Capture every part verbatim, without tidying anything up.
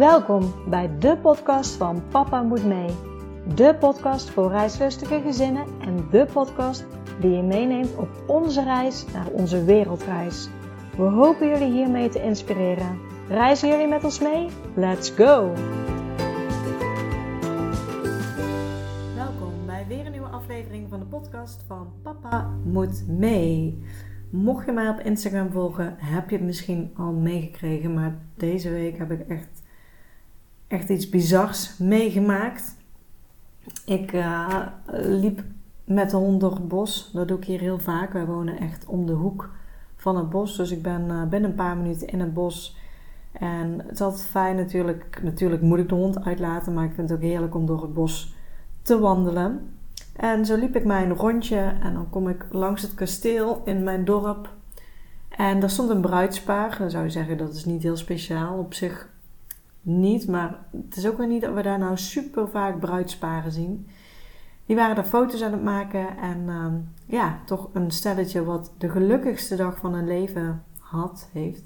Welkom bij de podcast van Papa Moet Mee. De podcast voor reislustige gezinnen en de podcast die je meeneemt op onze reis naar onze wereldreis. We hopen jullie hiermee te inspireren. Reizen jullie met ons mee? Let's go! Welkom bij weer een nieuwe aflevering van de podcast van Papa Moet Mee. Mocht je mij op Instagram volgen, heb je het misschien al meegekregen, maar deze week heb ik echt, echt iets bizars meegemaakt. Ik uh, liep met de hond door het bos. Dat doe ik hier heel vaak. Wij wonen echt om de hoek van het bos. Dus ik ben uh, binnen een paar minuten in het bos. En het is altijd fijn natuurlijk. Natuurlijk moet ik de hond uitlaten. Maar ik vind het ook heerlijk om door het bos te wandelen. En zo liep ik mijn rondje. En dan kom ik langs het kasteel in mijn dorp. En daar stond een bruidspaar. Dan zou je zeggen dat is niet heel speciaal op zich. Niet, maar het is ook weer niet dat we daar nou super vaak bruidsparen zien. Die waren daar foto's aan het maken en uh, ja, toch een stelletje wat de gelukkigste dag van hun leven had, heeft.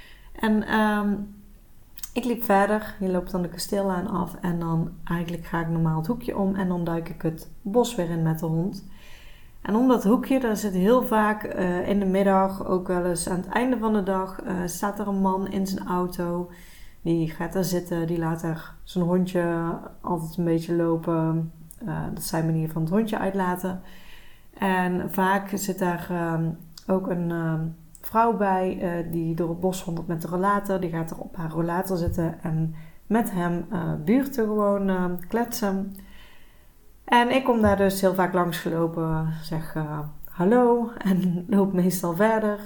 En um, ik liep verder, je loopt dan de kasteellaan af en dan eigenlijk ga ik normaal het hoekje om en dan duik ik het bos weer in met de hond. En om dat hoekje, daar zit heel vaak uh, in de middag, ook wel eens aan het einde van de dag, uh, staat er een man in zijn auto. Die gaat daar zitten, die laat daar zijn hondje altijd een beetje lopen. Uh, dat is zijn manier van het hondje uitlaten. En vaak zit daar uh, ook een uh, vrouw bij uh, die door het bos wandelt met de rollator. Die gaat er op haar rollator zitten en met hem uh, buurten gewoon uh, kletsen. En ik kom daar dus heel vaak langs gelopen, zeg uh, hallo en loop meestal verder.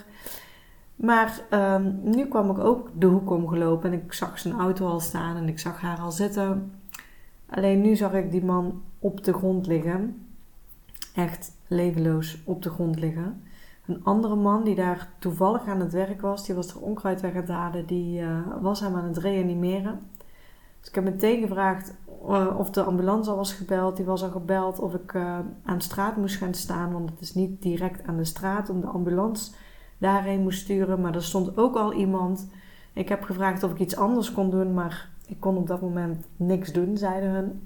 Maar um, nu kwam ik ook de hoek omgelopen en ik zag zijn auto al staan en ik zag haar al zitten. Alleen nu zag ik die man op de grond liggen. Echt levenloos op de grond liggen. Een andere man die daar toevallig aan het werk was, die was er onkruid weg aan het halen, die uh, was hem aan het reanimeren. Dus ik heb meteen gevraagd uh, of de ambulance al was gebeld. Die was al gebeld of ik uh, aan de straat moest gaan staan, want het is niet direct aan de straat om de ambulance daarheen moest sturen, maar er stond ook al iemand. Ik heb gevraagd of ik iets anders kon doen, maar ik kon op dat moment niks doen, zeiden hun.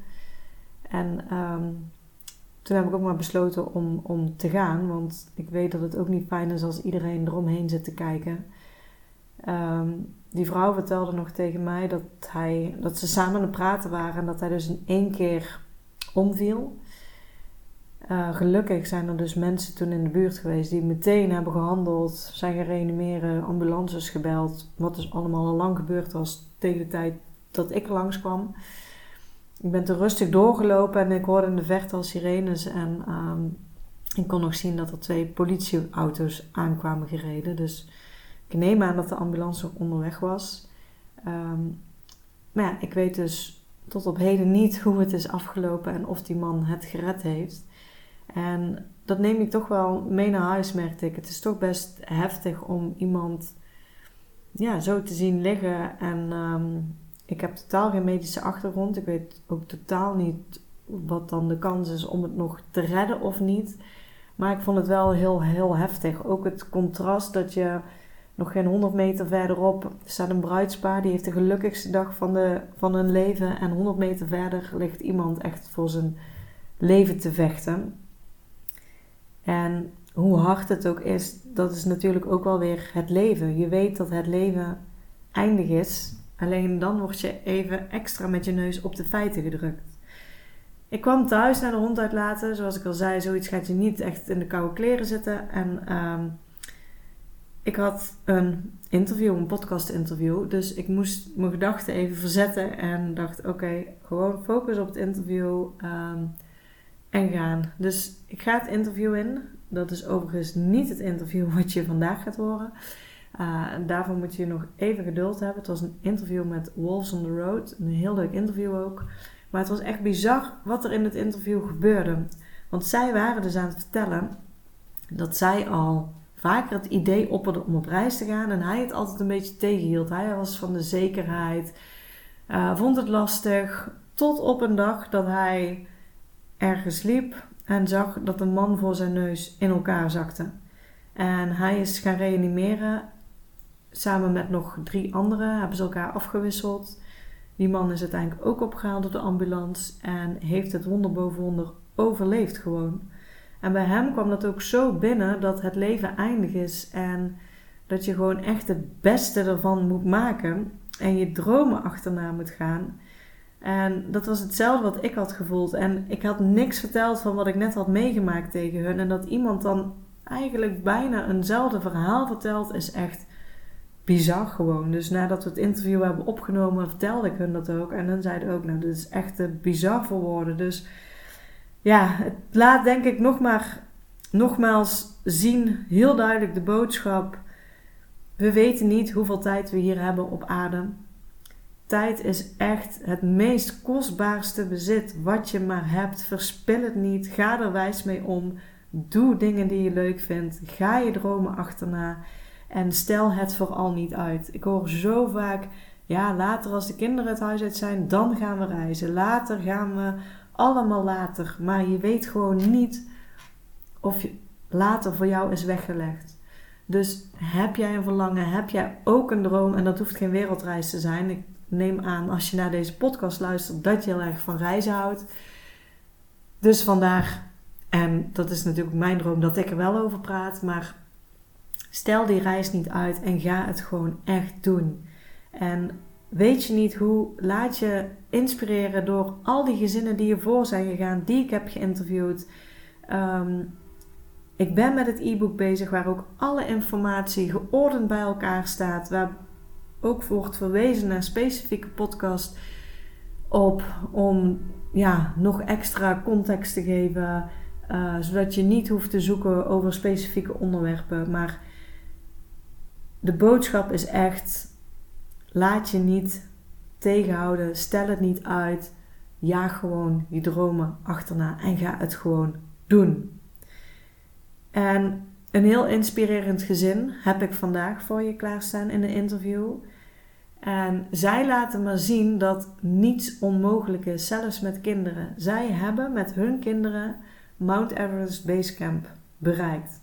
En um, toen heb ik ook maar besloten om, om te gaan, want ik weet dat het ook niet fijn is als iedereen eromheen zit te kijken. Um, die vrouw vertelde nog tegen mij dat, hij, dat ze samen aan het praten waren en dat hij dus in één keer omviel. Uh, gelukkig zijn er dus mensen toen in de buurt geweest die meteen hebben gehandeld, zijn gaan reanimeren, ambulances gebeld, wat dus allemaal al lang gebeurd was tegen de tijd dat ik langskwam. Ik ben te rustig doorgelopen en ik hoorde in de verte al sirenes en um, ik kon nog zien dat er twee politieauto's aankwamen gereden. Dus ik neem aan dat de ambulance onderweg was. Um, maar ja, ik weet dus tot op heden niet hoe het is afgelopen en of die man het gered heeft. En dat neem ik toch wel mee naar huis, merkte ik. Het is toch best heftig om iemand ja, zo te zien liggen. En um, ik heb totaal geen medische achtergrond. Ik weet ook totaal niet wat dan de kans is om het nog te redden of niet. Maar ik vond het wel heel, heel heftig. Ook het contrast dat je nog geen honderd meter verderop staat een bruidspaar. Die heeft de gelukkigste dag van, de, van hun leven. En honderd meter verder ligt iemand echt voor zijn leven te vechten. En hoe hard het ook is, dat is natuurlijk ook wel weer het leven. Je weet dat het leven eindig is. Alleen dan word je even extra met je neus op de feiten gedrukt. Ik kwam thuis naar de hond uitlaten. Zoals ik al zei, zoiets gaat je niet echt in de koude kleren zitten. En um, ik had een interview, een podcast interview. Dus ik moest mijn gedachten even verzetten. En dacht, oké, okay, gewoon focus op het interview. Um, En gaan. Dus ik ga het interview in. Dat is overigens niet het interview wat je vandaag gaat horen. Uh, en daarvoor moet je nog even geduld hebben. Het was een interview met Wolves on the Road. Een heel leuk interview ook. Maar het was echt bizar wat er in het interview gebeurde. Want zij waren dus aan het vertellen dat zij al vaker het idee opperde om op reis te gaan. En hij het altijd een beetje tegenhield. Hij was van de zekerheid. Uh, vond het lastig. Tot op een dag dat hij ergens liep en zag dat een man voor zijn neus in elkaar zakte. En hij is gaan reanimeren. Samen met nog drie anderen hebben ze elkaar afgewisseld. Die man is uiteindelijk ook opgehaald door de ambulance en heeft het wonder boven wonder overleefd gewoon. En bij hem kwam dat ook zo binnen dat het leven eindig is en dat je gewoon echt het beste ervan moet maken en je dromen achterna moet gaan. En dat was hetzelfde wat ik had gevoeld. En ik had niks verteld van wat ik net had meegemaakt tegen hun. En dat iemand dan eigenlijk bijna eenzelfde verhaal vertelt, is echt bizar gewoon. Dus nadat we het interview hebben opgenomen, vertelde ik hun dat ook. En hun zeiden ook, nou, dit is echt uh, bizar voor woorden. Dus ja, het laat denk ik nog maar, nogmaals zien, heel duidelijk de boodschap. We weten niet hoeveel tijd we hier hebben op aarde. Tijd is echt het meest kostbaarste bezit wat je maar hebt. Verspil het niet. Ga er wijs mee om. Doe dingen die je leuk vindt. Ga je dromen achterna. En stel het vooral niet uit. Ik hoor zo vaak, ja, later als de kinderen het huis uit zijn, dan gaan we reizen. Later gaan we, allemaal later. Maar je weet gewoon niet of je later voor jou is weggelegd. Dus heb jij een verlangen, heb jij ook een droom, en dat hoeft geen wereldreis te zijn. Ik neem aan, als je naar deze podcast luistert, dat je heel erg van reizen houdt. Dus vandaar, en dat is natuurlijk mijn droom, dat ik er wel over praat, maar stel die reis niet uit en ga het gewoon echt doen. En weet je niet hoe, laat je inspireren door al die gezinnen die ervoor zijn gegaan, die ik heb geïnterviewd. Um, ik ben met het e-book bezig waar ook alle informatie geordend bij elkaar staat, waar ook wordt verwezen naar specifieke podcast op om ja, nog extra context te geven, uh, zodat je niet hoeft te zoeken over specifieke onderwerpen. Maar de boodschap is echt, laat je niet tegenhouden, stel het niet uit, jaag gewoon je dromen achterna en ga het gewoon doen. En een heel inspirerend gezin heb ik vandaag voor je klaarstaan in een interview. En zij laten maar zien dat niets onmogelijk is, zelfs met kinderen. Zij hebben met hun kinderen Mount Everest Base Camp bereikt.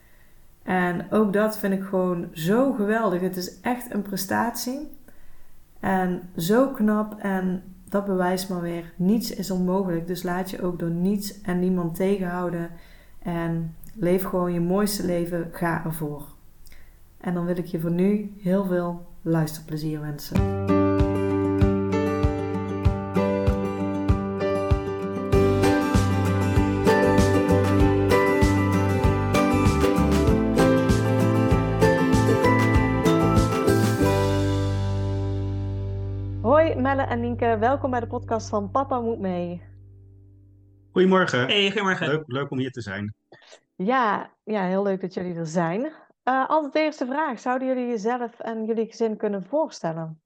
En ook dat vind ik gewoon zo geweldig. Het is echt een prestatie. En zo knap. En dat bewijst maar weer, niets is onmogelijk. Dus laat je ook door niets en niemand tegenhouden. En leef gewoon je mooiste leven. Ga ervoor. En dan wil ik je voor nu heel veel luisterplezier wensen. Hoi Melle en Nienke, welkom bij de podcast van Papa Moet Mee. Goedemorgen. Hey, goedemorgen. Leuk, leuk om hier te zijn. Ja, ja, heel leuk dat jullie er zijn. Uh, altijd de eerste vraag, zouden jullie jezelf en jullie gezin kunnen voorstellen?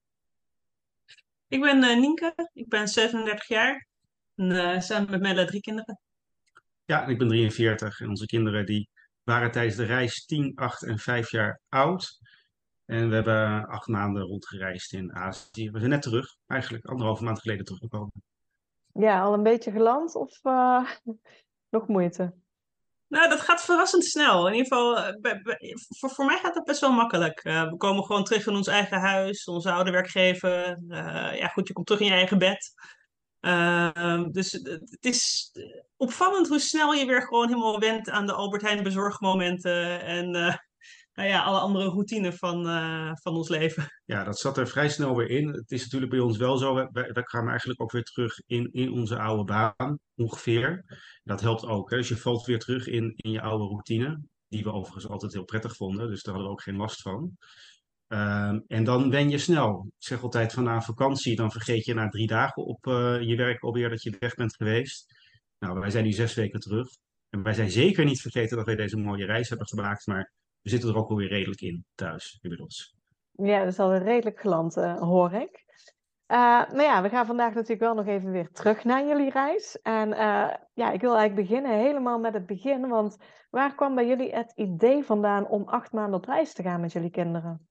Ik ben uh, Nienke, ik ben zevenendertig jaar en uh, samen met Melle drie kinderen. Ja, ik ben drieënveertig en onze kinderen die waren tijdens de reis tien, acht en vijf jaar oud. En we hebben acht maanden rondgereisd in Azië. We zijn net terug, eigenlijk anderhalve maand geleden teruggekomen. Ja, al een beetje geland of uh, nog moeite? Nou, dat gaat verrassend snel. In ieder geval, uh, bij, bij, voor, voor mij gaat dat best wel makkelijk. Uh, we komen gewoon terug in ons eigen huis, onze oude werkgever. Uh, ja goed, je komt terug in je eigen bed. Uh, dus het is opvallend hoe snel je weer gewoon helemaal went aan de Albert Heijn bezorgmomenten en uh, nou ja, alle andere routine van, uh, van ons leven. Ja, dat zat er vrij snel weer in. Het is natuurlijk bij ons wel zo. We, we gaan eigenlijk ook weer terug in, in onze oude baan, ongeveer. Dat helpt ook. Hè? Dus je valt weer terug in, in je oude routine. Die we overigens altijd heel prettig vonden. Dus daar hadden we ook geen last van. Um, en dan wen je snel. Ik zeg altijd van na vakantie, dan vergeet je na drie dagen op uh, je werk alweer dat je weg bent geweest. Nou, wij zijn nu zes weken terug. En wij zijn zeker niet vergeten dat wij deze mooie reis hebben gemaakt. Maar we zitten er ook alweer redelijk in thuis inmiddels. Ja, dat is al redelijk geland, uh, hoor ik. Uh, maar ja, we gaan vandaag natuurlijk wel nog even weer terug naar jullie reis. En uh, ja, ik wil eigenlijk beginnen helemaal met het begin. Want waar kwam bij jullie het idee vandaan om acht maanden op reis te gaan met jullie kinderen?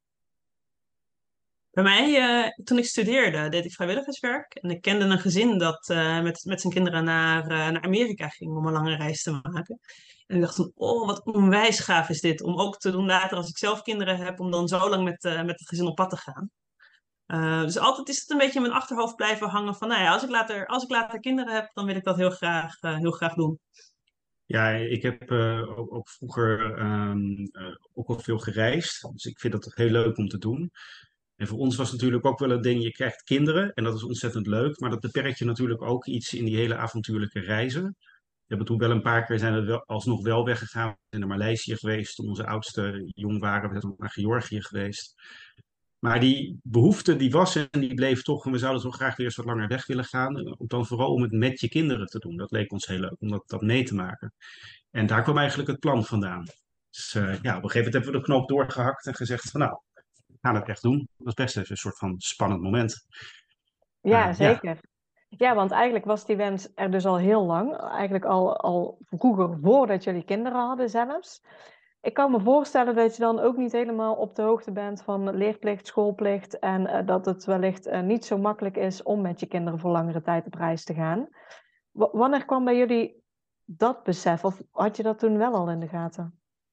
Bij mij, uh, toen ik studeerde, deed ik vrijwilligerswerk. En ik kende een gezin dat uh, met, met zijn kinderen naar, uh, naar Amerika ging om een lange reis te maken. En ik dacht van, oh, wat onwijs gaaf is dit. Om ook te doen later als ik zelf kinderen heb, om dan zo lang met, uh, met het gezin op pad te gaan. Uh, dus altijd is het een beetje in mijn achterhoofd blijven hangen van, nou ja, als ik later, als ik later kinderen heb, dan wil ik dat heel graag, uh, heel graag doen. Ja, ik heb uh, ook, ook vroeger um, uh, ook al veel gereisd. Dus ik vind dat heel leuk om te doen. En voor ons was natuurlijk ook wel een ding, je krijgt kinderen en dat is ontzettend leuk. Maar dat beperkt je natuurlijk ook iets in die hele avontuurlijke reizen. We hebben toen wel een paar keer zijn we wel, alsnog wel weggegaan. We zijn naar Maleisië geweest toen onze oudste jong waren. We zijn ook naar Georgië geweest. Maar die behoefte die was en die bleef toch. En we zouden zo graag weer eens wat langer weg willen gaan. Dan vooral om het met je kinderen te doen. Dat leek ons heel leuk, om dat, dat mee te maken. En daar kwam eigenlijk het plan vandaan. Dus uh, ja, op een gegeven moment hebben we de knoop doorgehakt en gezegd van nou, we gaan het echt doen. Dat was best even een soort van spannend moment. Ja, Uh, zeker. Ja. Ja, want eigenlijk was die wens er dus al heel lang. Eigenlijk al, al vroeger, voordat jullie kinderen hadden zelfs. Ik kan me voorstellen dat je dan ook niet helemaal op de hoogte bent van leerplicht, schoolplicht. En uh, dat het wellicht uh, niet zo makkelijk is om met je kinderen voor langere tijd op reis te gaan. W- wanneer kwam bij jullie dat besef? Of had je dat toen wel al in de gaten?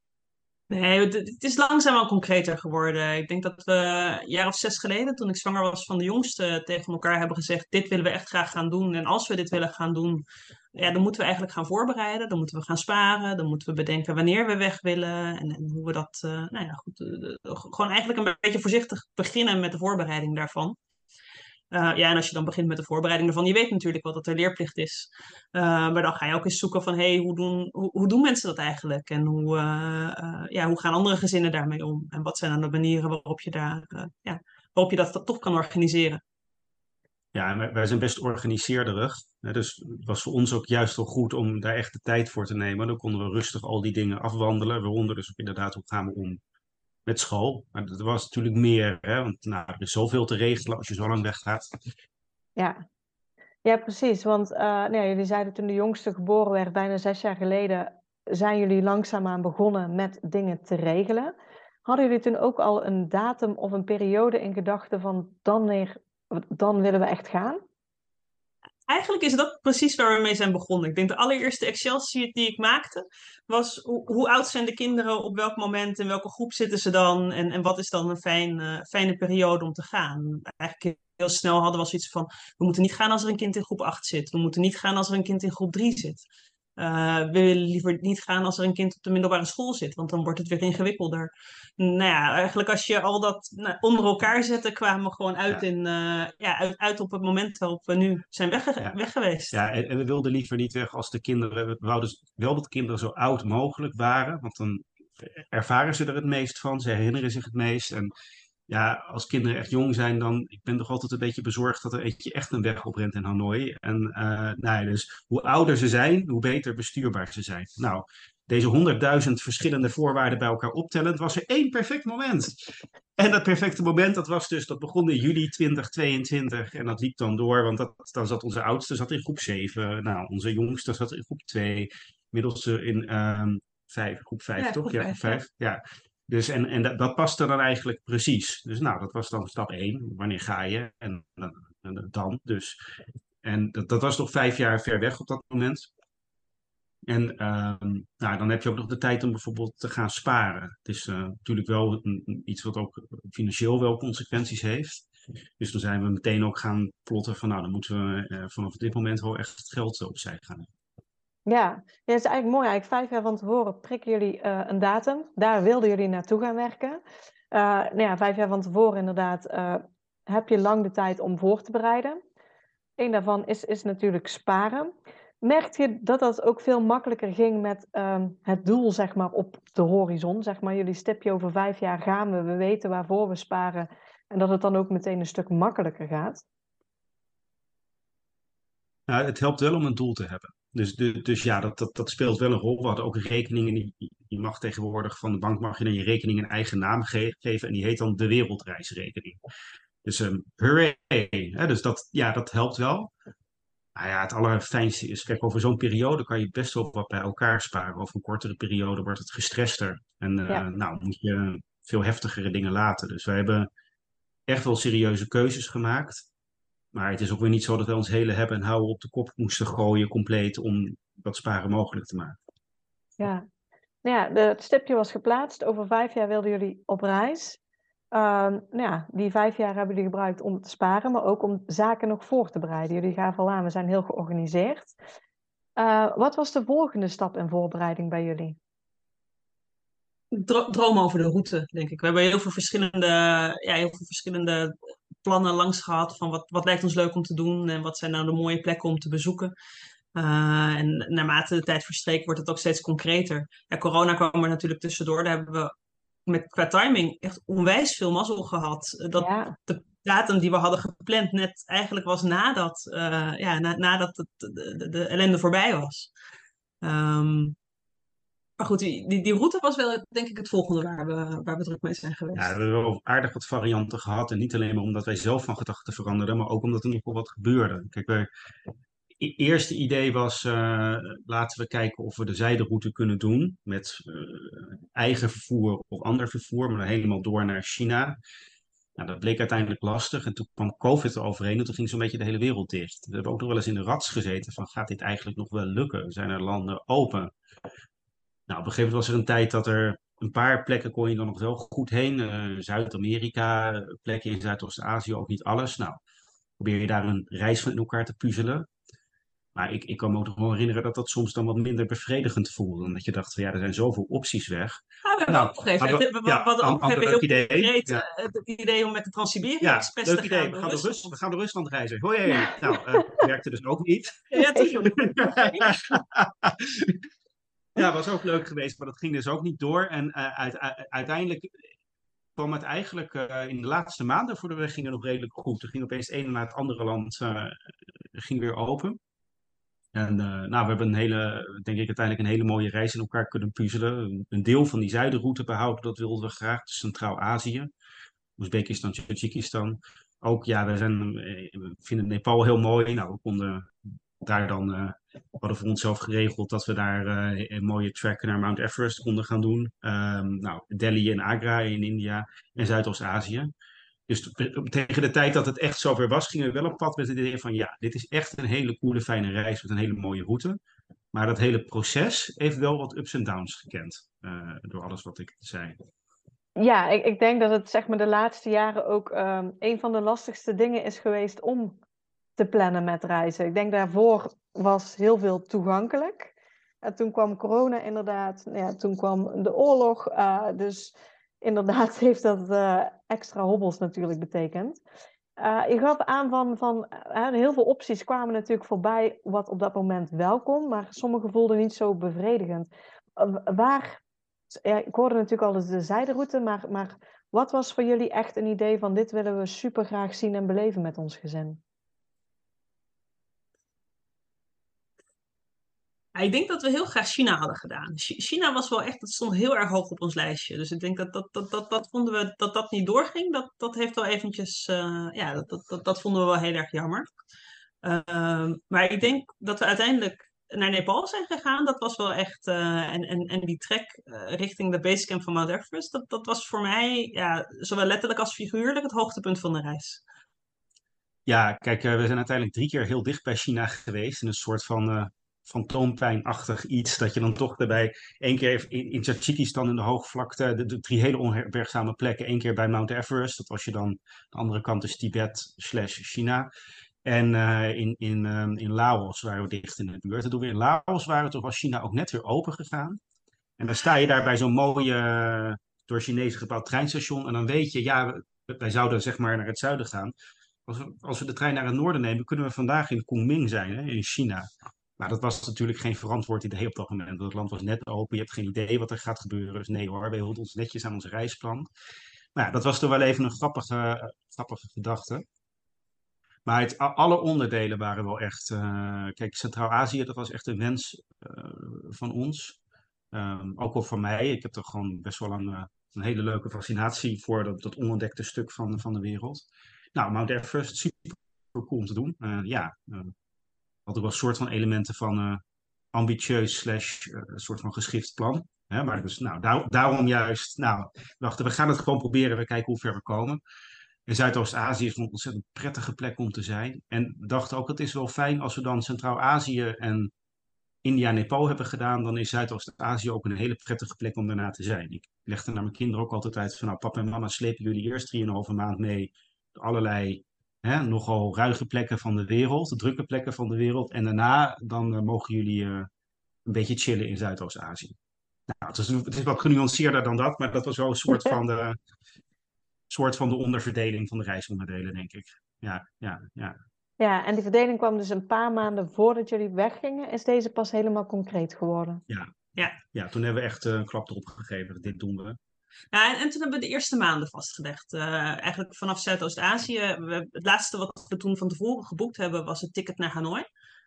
Nee, het, het is langzaam al concreter geworden. Ik denk dat we een jaar of zes geleden, toen ik zwanger was van de jongste, tegen elkaar hebben gezegd, dit willen we echt graag gaan doen. En als we dit willen gaan doen, ja, dan moeten we eigenlijk gaan voorbereiden. Dan moeten we gaan sparen. Dan moeten we bedenken wanneer we weg willen. En, en hoe we dat, uh, nou ja, goed, uh, gewoon eigenlijk een beetje voorzichtig beginnen met de voorbereiding daarvan. Uh, ja, en als je dan begint met de voorbereiding ervan, je weet natuurlijk wat dat de leerplicht is. Uh, maar dan ga je ook eens zoeken van, hé, hey, hoe, doen, hoe, hoe doen mensen dat eigenlijk? En hoe, uh, uh, ja, hoe gaan andere gezinnen daarmee om? En wat zijn dan de manieren waarop je, daar, uh, ja, waarop je dat, dat toch kan organiseren? Ja, en wij, wij zijn best organiseerderig. Hè, dus het was voor ons ook juist wel goed om daar echt de tijd voor te nemen. Dan konden we rustig al die dingen afwandelen. Waaronder dus ook inderdaad, hoe gaan we om met school? Maar dat was natuurlijk meer, hè, want nou, er is zoveel te regelen als je zo lang weggaat. Ja, ja precies. Want uh, nou ja, jullie zeiden toen de jongste geboren werd, bijna zes jaar geleden, zijn jullie langzaamaan begonnen met dingen te regelen. Hadden jullie toen ook al een datum of een periode in gedachten van dan, weer, dan willen we echt gaan? Eigenlijk is dat precies waar we mee zijn begonnen. Ik denk de allereerste Excel-sheet die ik maakte was hoe, hoe oud zijn de kinderen, op welk moment, in welke groep zitten ze dan en, en wat is dan een fijn, uh, fijne periode om te gaan. Eigenlijk heel snel hadden we zoiets van, we moeten niet gaan als er een kind in groep acht zit. We moeten niet gaan als er een kind in groep drie zit. Uh, we willen liever niet gaan als er een kind op de middelbare school zit, want dan wordt het weer ingewikkelder. Nou ja, eigenlijk als je al dat nou, onder elkaar zette, kwamen we gewoon uit, Ja. in, uh, ja, uit, uit op het moment waarop we nu zijn wegge- Ja. weg geweest. Ja, en, en we wilden liever niet weg als de kinderen. We wouden dus wel dat de kinderen zo oud mogelijk waren, want dan ervaren ze er het meest van, ze herinneren zich het meest. En ja, als kinderen echt jong zijn, dan. Ik ben toch altijd een beetje bezorgd dat er eentje echt een weg oprent in Hanoi. En uh, nou ja, dus hoe ouder ze zijn, hoe beter bestuurbaar ze zijn. Nou, deze honderdduizend verschillende voorwaarden bij elkaar optellend, was er één perfect moment. En dat perfecte moment, dat was dus, dat begon in juli twintig tweeëntwintig en dat liep dan door, want dat, dan zat onze oudste zat in groep zeven, nou, onze jongste zat in groep twee, middelste in um, vijf, groep vijf, Ja, toch? groep Ja, vijf, groep ja. vijf, ja. Dus en, en dat, dat paste dan eigenlijk precies. Dus nou, dat was dan stap één. Wanneer ga je? En, en, en dan dus. En dat, dat was nog vijf jaar ver weg op dat moment. En um, nou, dan heb je ook nog de tijd om bijvoorbeeld te gaan sparen. Het is uh, natuurlijk wel een, iets wat ook financieel wel consequenties heeft. Dus dan zijn we meteen ook gaan plotten van nou, dan moeten we uh, vanaf dit moment wel echt het geld opzij gaan. Ja, ja, dat is eigenlijk mooi. Eigenlijk vijf jaar van tevoren prikken jullie uh, een datum. Daar wilden jullie naartoe gaan werken. Uh, nou ja, vijf jaar van tevoren inderdaad uh, heb je lang de tijd om voor te bereiden. Eén daarvan is, is natuurlijk sparen. Merk je dat dat ook veel makkelijker ging met um, het doel zeg maar, op de horizon? Zeg maar, jullie stipje over vijf jaar gaan we, we weten waarvoor we sparen. En dat het dan ook meteen een stuk makkelijker gaat? Nou, het helpt wel om een doel te hebben. Dus, de, dus ja, dat, dat, dat speelt wel een rol. We hadden ook rekeningen. Die, die mag tegenwoordig van de bank mag je dan je rekening een eigen naam ge- geven. En die heet dan de wereldreisrekening. Dus um, hooray. Hè, dus dat, ja, dat helpt wel. Nou ja, het allerfijnste is, kijk, over zo'n periode kan je best wel wat bij elkaar sparen. Over een kortere periode wordt het gestrester. En uh, Ja. nou, moet je veel heftigere dingen laten. Dus wij hebben echt wel serieuze keuzes gemaakt. Maar het is ook weer niet zo dat we ons hele hebben en houden op de kop moesten gooien compleet om dat sparen mogelijk te maken. Ja, nou ja, de, het stipje was geplaatst. Over vijf jaar wilden jullie op reis. nou ja, die vijf jaar hebben jullie gebruikt om te sparen, maar ook om zaken nog voor te bereiden. Jullie gaven al aan, we zijn heel georganiseerd. Uh, wat was de volgende stap in voorbereiding bij jullie? Dro- droom over de route, denk ik. We hebben heel veel verschillende, ja, heel veel verschillende plannen langs gehad van wat, wat lijkt ons leuk om te doen en wat zijn nou de mooie plekken om te bezoeken. Uh, en naarmate de tijd verstreekt wordt het ook steeds concreter. Ja, corona kwam er natuurlijk tussendoor. Daar hebben we met, qua timing echt onwijs veel mazzel gehad. Dat Ja. de datum die we hadden gepland net eigenlijk was nadat, uh, ja, na, nadat het, de, de, de ellende voorbij was. Um, Maar goed, die, die, die route was wel denk ik het volgende waar we, waar we druk mee zijn Ja, geweest. we hebben wel aardig wat varianten gehad. En niet alleen maar omdat wij zelf van gedachten veranderden, maar ook omdat er nog wel wat gebeurde. Kijk, het e- eerste idee was, uh, laten we kijken of we de zijderoute kunnen doen met uh, eigen vervoer of ander vervoer, maar dan helemaal door naar China. Nou, dat bleek uiteindelijk lastig en toen kwam COVID eroverheen en toen ging zo'n beetje de hele wereld dicht. We hebben ook nog wel eens in de rats gezeten van, gaat dit eigenlijk nog wel lukken? Zijn er landen open? Nou, op een gegeven moment was er een tijd dat er een paar plekken kon je dan nog wel goed heen. Uh, Zuid-Amerika, plekken in Zuidoost-Azië, ook niet alles. Nou, probeer je daar een reis van in elkaar te puzzelen. Maar ik, ik kan me ook nog wel herinneren dat dat soms dan wat minder bevredigend voelde. Omdat je dacht van ja, er zijn zoveel opties weg. Ja, we hebben Nou, opgegeven. hadden we, We, we, ja, we hadden an- opgegeven ander heel leuk idee. concreet Ja, uh, het idee om met de Trans-Siberië ja, Express leuk te gaan idee. We door gaan, door Rus, we Rusland. gaan door Rusland reizen. Hoi, hey. Nou, uh, werkte dus ook niet. Ja, toen. Ja, was ook leuk geweest, maar dat ging dus ook niet door. En uh, uit, u- uiteindelijk kwam het eigenlijk uh, in de laatste maanden voor de weg gingen nog redelijk goed. Er ging opeens het ene naar het andere land uh, ging weer open. En uh, nou, we hebben een hele, denk ik, uiteindelijk een hele mooie reis in elkaar kunnen puzzelen. Een deel van die zuidenroute behouden, dat wilden we graag. Dus Centraal-Azië, Oezbekistan, Tajikistan. Ook, ja, we, zijn, we vinden Nepal heel mooi. Nou, we konden daar dan, uh, we hadden voor onszelf geregeld dat we daar uh, een mooie trek naar Mount Everest konden gaan doen. Um, nou, Delhi en Agra in India en Zuidoost-Azië. Dus tegen de tijd dat het echt zover was, gingen we wel op pad met het idee van ja, dit is echt een hele coole, fijne reis met een hele mooie route. Maar dat hele proces heeft wel wat ups en downs gekend, uh, door alles wat ik zei. Ja, ik, ik denk dat het zeg maar de laatste jaren ook um, een van de lastigste dingen is geweest om te plannen met reizen. Ik denk daarvoor was heel veel toegankelijk. En toen kwam corona inderdaad, ja, toen kwam de oorlog. Uh, dus inderdaad heeft dat uh, extra hobbels natuurlijk betekend. Uh, je gaf aan van, van uh, heel veel opties kwamen natuurlijk voorbij wat op dat moment wel kon, maar sommige voelden niet zo bevredigend. Uh, waar, ja, ik hoorde natuurlijk al eens de zijderoute, maar, maar wat was voor jullie echt een idee van dit willen we super graag zien en beleven met ons gezin? Ja, ik denk dat we heel graag China hadden gedaan. China was wel echt, dat stond heel erg hoog op ons lijstje. Dus ik denk dat dat, dat, dat, dat vonden we, dat dat niet doorging. Dat, dat heeft wel eventjes, uh, ja, dat, dat, dat, dat vonden we wel heel erg jammer. Uh, maar ik denk dat we uiteindelijk naar Nepal zijn gegaan. Dat was wel echt, uh, en, en, en die trek uh, richting de basecamp van Mount Everest, dat, dat was voor mij, ja, zowel letterlijk als figuurlijk, het hoogtepunt van de reis. Ja, kijk, uh, we zijn uiteindelijk drie keer heel dicht bij China geweest. In een soort van uh, fantoompijnachtig iets. Dat je dan toch daarbij één keer in, in Tajikistan in de hoogvlakte, de, de drie hele onherbergzame plekken. Één keer bij Mount Everest. Dat was je dan, de andere kant is Tibet slash China. En uh, in, in, um, in Laos waren we dicht in de buurt. En toen we in Laos waren, toen was China ook net weer open gegaan. En dan sta je daar bij zo'n mooie, uh, door Chinezen gebouwd treinstation. En dan weet je, ja, wij zouden zeg maar naar het zuiden gaan. Als we, als we de trein naar het noorden nemen, kunnen we vandaag in Kunming zijn, hè, in China. Maar dat was natuurlijk geen verantwoord idee op dat moment. Want het land was net open, je hebt geen idee wat er gaat gebeuren. Dus nee hoor, wij hielden ons netjes aan ons reisplan. Nou ja, dat was toch wel even een grappige, uh, grappige gedachte. Maar het, alle onderdelen waren wel echt... Uh, kijk, Centraal-Azië, dat was echt een wens uh, van ons. Um, ook wel van mij. Ik heb er gewoon best wel een, uh, een hele leuke fascinatie voor dat, dat onontdekte stuk van, van de wereld. Nou, Mount Everest, super cool om te doen. Uh, ja, uh, had ook wel een soort van elementen van uh, ambitieus slash uh, een soort van geschikt plan. Hè? Maar dus, nou, daar, daarom juist, nou, we dachten we gaan het gewoon proberen, we kijken hoe ver we komen. En Zuidoost-Azië is een ontzettend prettige plek om te zijn. En we dachten ook, het is wel fijn als we dan Centraal-Azië en India en Nepal hebben gedaan, dan is Zuidoost-Azië ook een hele prettige plek om daarna te zijn. Ik legde naar mijn kinderen ook altijd uit van, nou, papa en mama slepen jullie eerst drieënhalve maand mee door allerlei hè, nogal ruige plekken van de wereld, drukke plekken van de wereld. En daarna dan uh, mogen jullie uh, een beetje chillen in Zuidoost-Azië. Nou, het is, het is wat genuanceerder dan dat, maar dat was wel een soort van de, soort van de onderverdeling van de reisonderdelen, denk ik. Ja, ja, ja. Ja, en die verdeling kwam dus een paar maanden voordat jullie weggingen. Is deze pas helemaal concreet geworden? Ja, Ja. ja, toen hebben we echt uh, een klap erop gegeven. Dit doen we. Ja, en, en toen hebben we de eerste maanden vastgelegd. Uh, eigenlijk vanaf Zuidoost-Azië. We, het laatste wat we toen van tevoren geboekt hebben was het ticket naar Hanoi.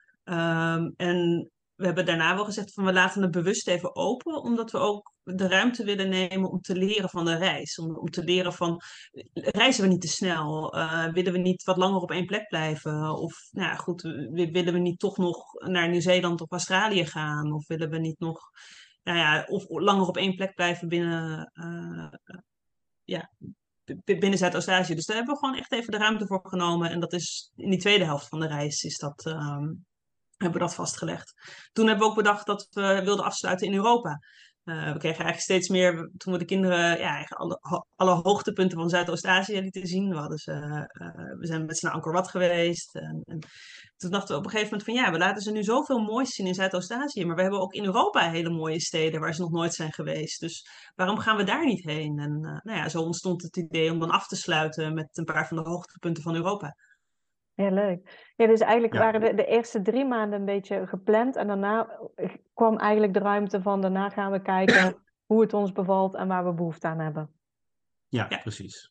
Um, en we hebben daarna wel gezegd van we laten het bewust even open, omdat we ook de ruimte willen nemen om te leren van de reis. Om, om te leren van, reizen we niet te snel? Uh, willen we niet wat langer op één plek blijven? Of nou ja, goed, willen we niet toch nog naar Nieuw-Zeeland of Australië gaan? Of willen we niet nog, nou ja, of langer op één plek blijven binnen, uh, ja, binnen Zuidoost-Azië? Dus daar hebben we gewoon echt even de ruimte voor genomen. En dat is in die tweede helft van de reis is dat... Um, hebben we dat vastgelegd. Toen hebben we ook bedacht dat we wilden afsluiten in Europa. Uh, we kregen eigenlijk steeds meer, toen we de kinderen ja, alle, alle hoogtepunten van Zuidoost-Azië lieten zien. We, hadden ze, uh, we zijn met ze naar Angkor Wat geweest. En, en toen dachten we op een gegeven moment van ja, we laten ze nu zoveel moois zien in Zuidoost-Azië. Maar we hebben ook in Europa hele mooie steden waar ze nog nooit zijn geweest. Dus waarom gaan we daar niet heen? En uh, nou ja, zo ontstond het idee om dan af te sluiten met een paar van de hoogtepunten van Europa. Ja, leuk. Ja, dus eigenlijk Ja. waren de, de eerste drie maanden een beetje gepland. En daarna kwam eigenlijk de ruimte van daarna gaan we kijken hoe het ons bevalt en waar we behoefte aan hebben. Ja, Ja. precies.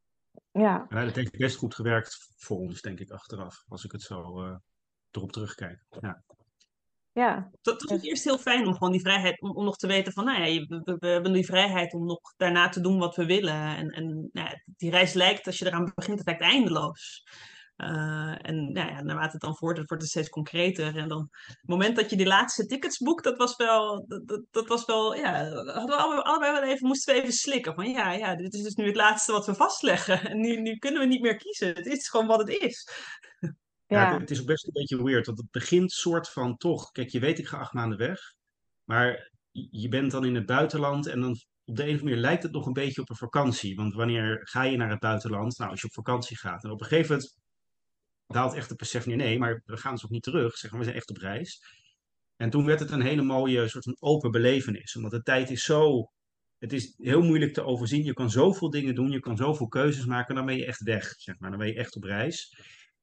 Ja. Ja, dat heeft best goed gewerkt voor ons, denk ik, achteraf. Als ik het zo uh, erop terugkijk. Ja. Ja. Dat was ook eerst heel fijn om gewoon die vrijheid, om, om nog te weten van, nou ja, we, we, we hebben die vrijheid om nog daarna te doen wat we willen. En, en nou ja, die reis lijkt, als je eraan begint, het lijkt eindeloos. Uh, en nou ja, naarmate het dan voortdurend wordt het steeds concreter. En dan, het moment dat je die laatste tickets boekt, dat was wel, dat, dat, dat was wel, ja, hadden we allebei, allebei wel even, moesten we even slikken. Van ja, ja, dit is dus nu het laatste wat we vastleggen. En nu, nu kunnen we niet meer kiezen. Het is gewoon wat het is. Ja, Ja. het is ook best een beetje weird, want het begint soort van toch, kijk, je weet ik ga acht maanden weg, maar je bent dan in het buitenland en dan op de een of andere manier lijkt het nog een beetje op een vakantie. Want wanneer ga je naar het buitenland? Nou, als je op vakantie gaat. En op een gegeven moment daalt echt het besef neer, nee, maar we gaan dus ook niet terug, zeg maar, we zijn echt op reis. En toen werd het een hele mooie soort van open belevenis, omdat de tijd is zo, het is heel moeilijk te overzien. Je kan zoveel dingen doen, je kan zoveel keuzes maken, dan ben je echt weg, zeg maar, dan ben je echt op reis.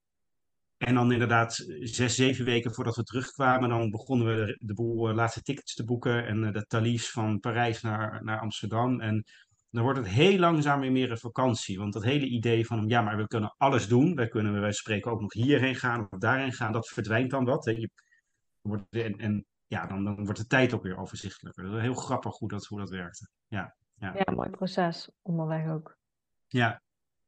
En dan inderdaad zes, zeven weken voordat we terugkwamen, dan begonnen we de, de boel uh, laatste tickets te boeken en uh, de Thalys van Parijs naar, naar Amsterdam. En dan wordt het heel langzaam weer meer een vakantie. Want dat hele idee van, ja, maar we kunnen alles doen. Wij kunnen, wij spreken ook nog hierheen gaan of daarheen gaan. Dat verdwijnt dan wat. Hè. Je wordt, en, en ja, dan, dan wordt de tijd ook weer overzichtelijker. Dat is heel grappig hoe dat, hoe dat werkte. Ja, ja. Ja, mooi proces onderweg ook. Ja.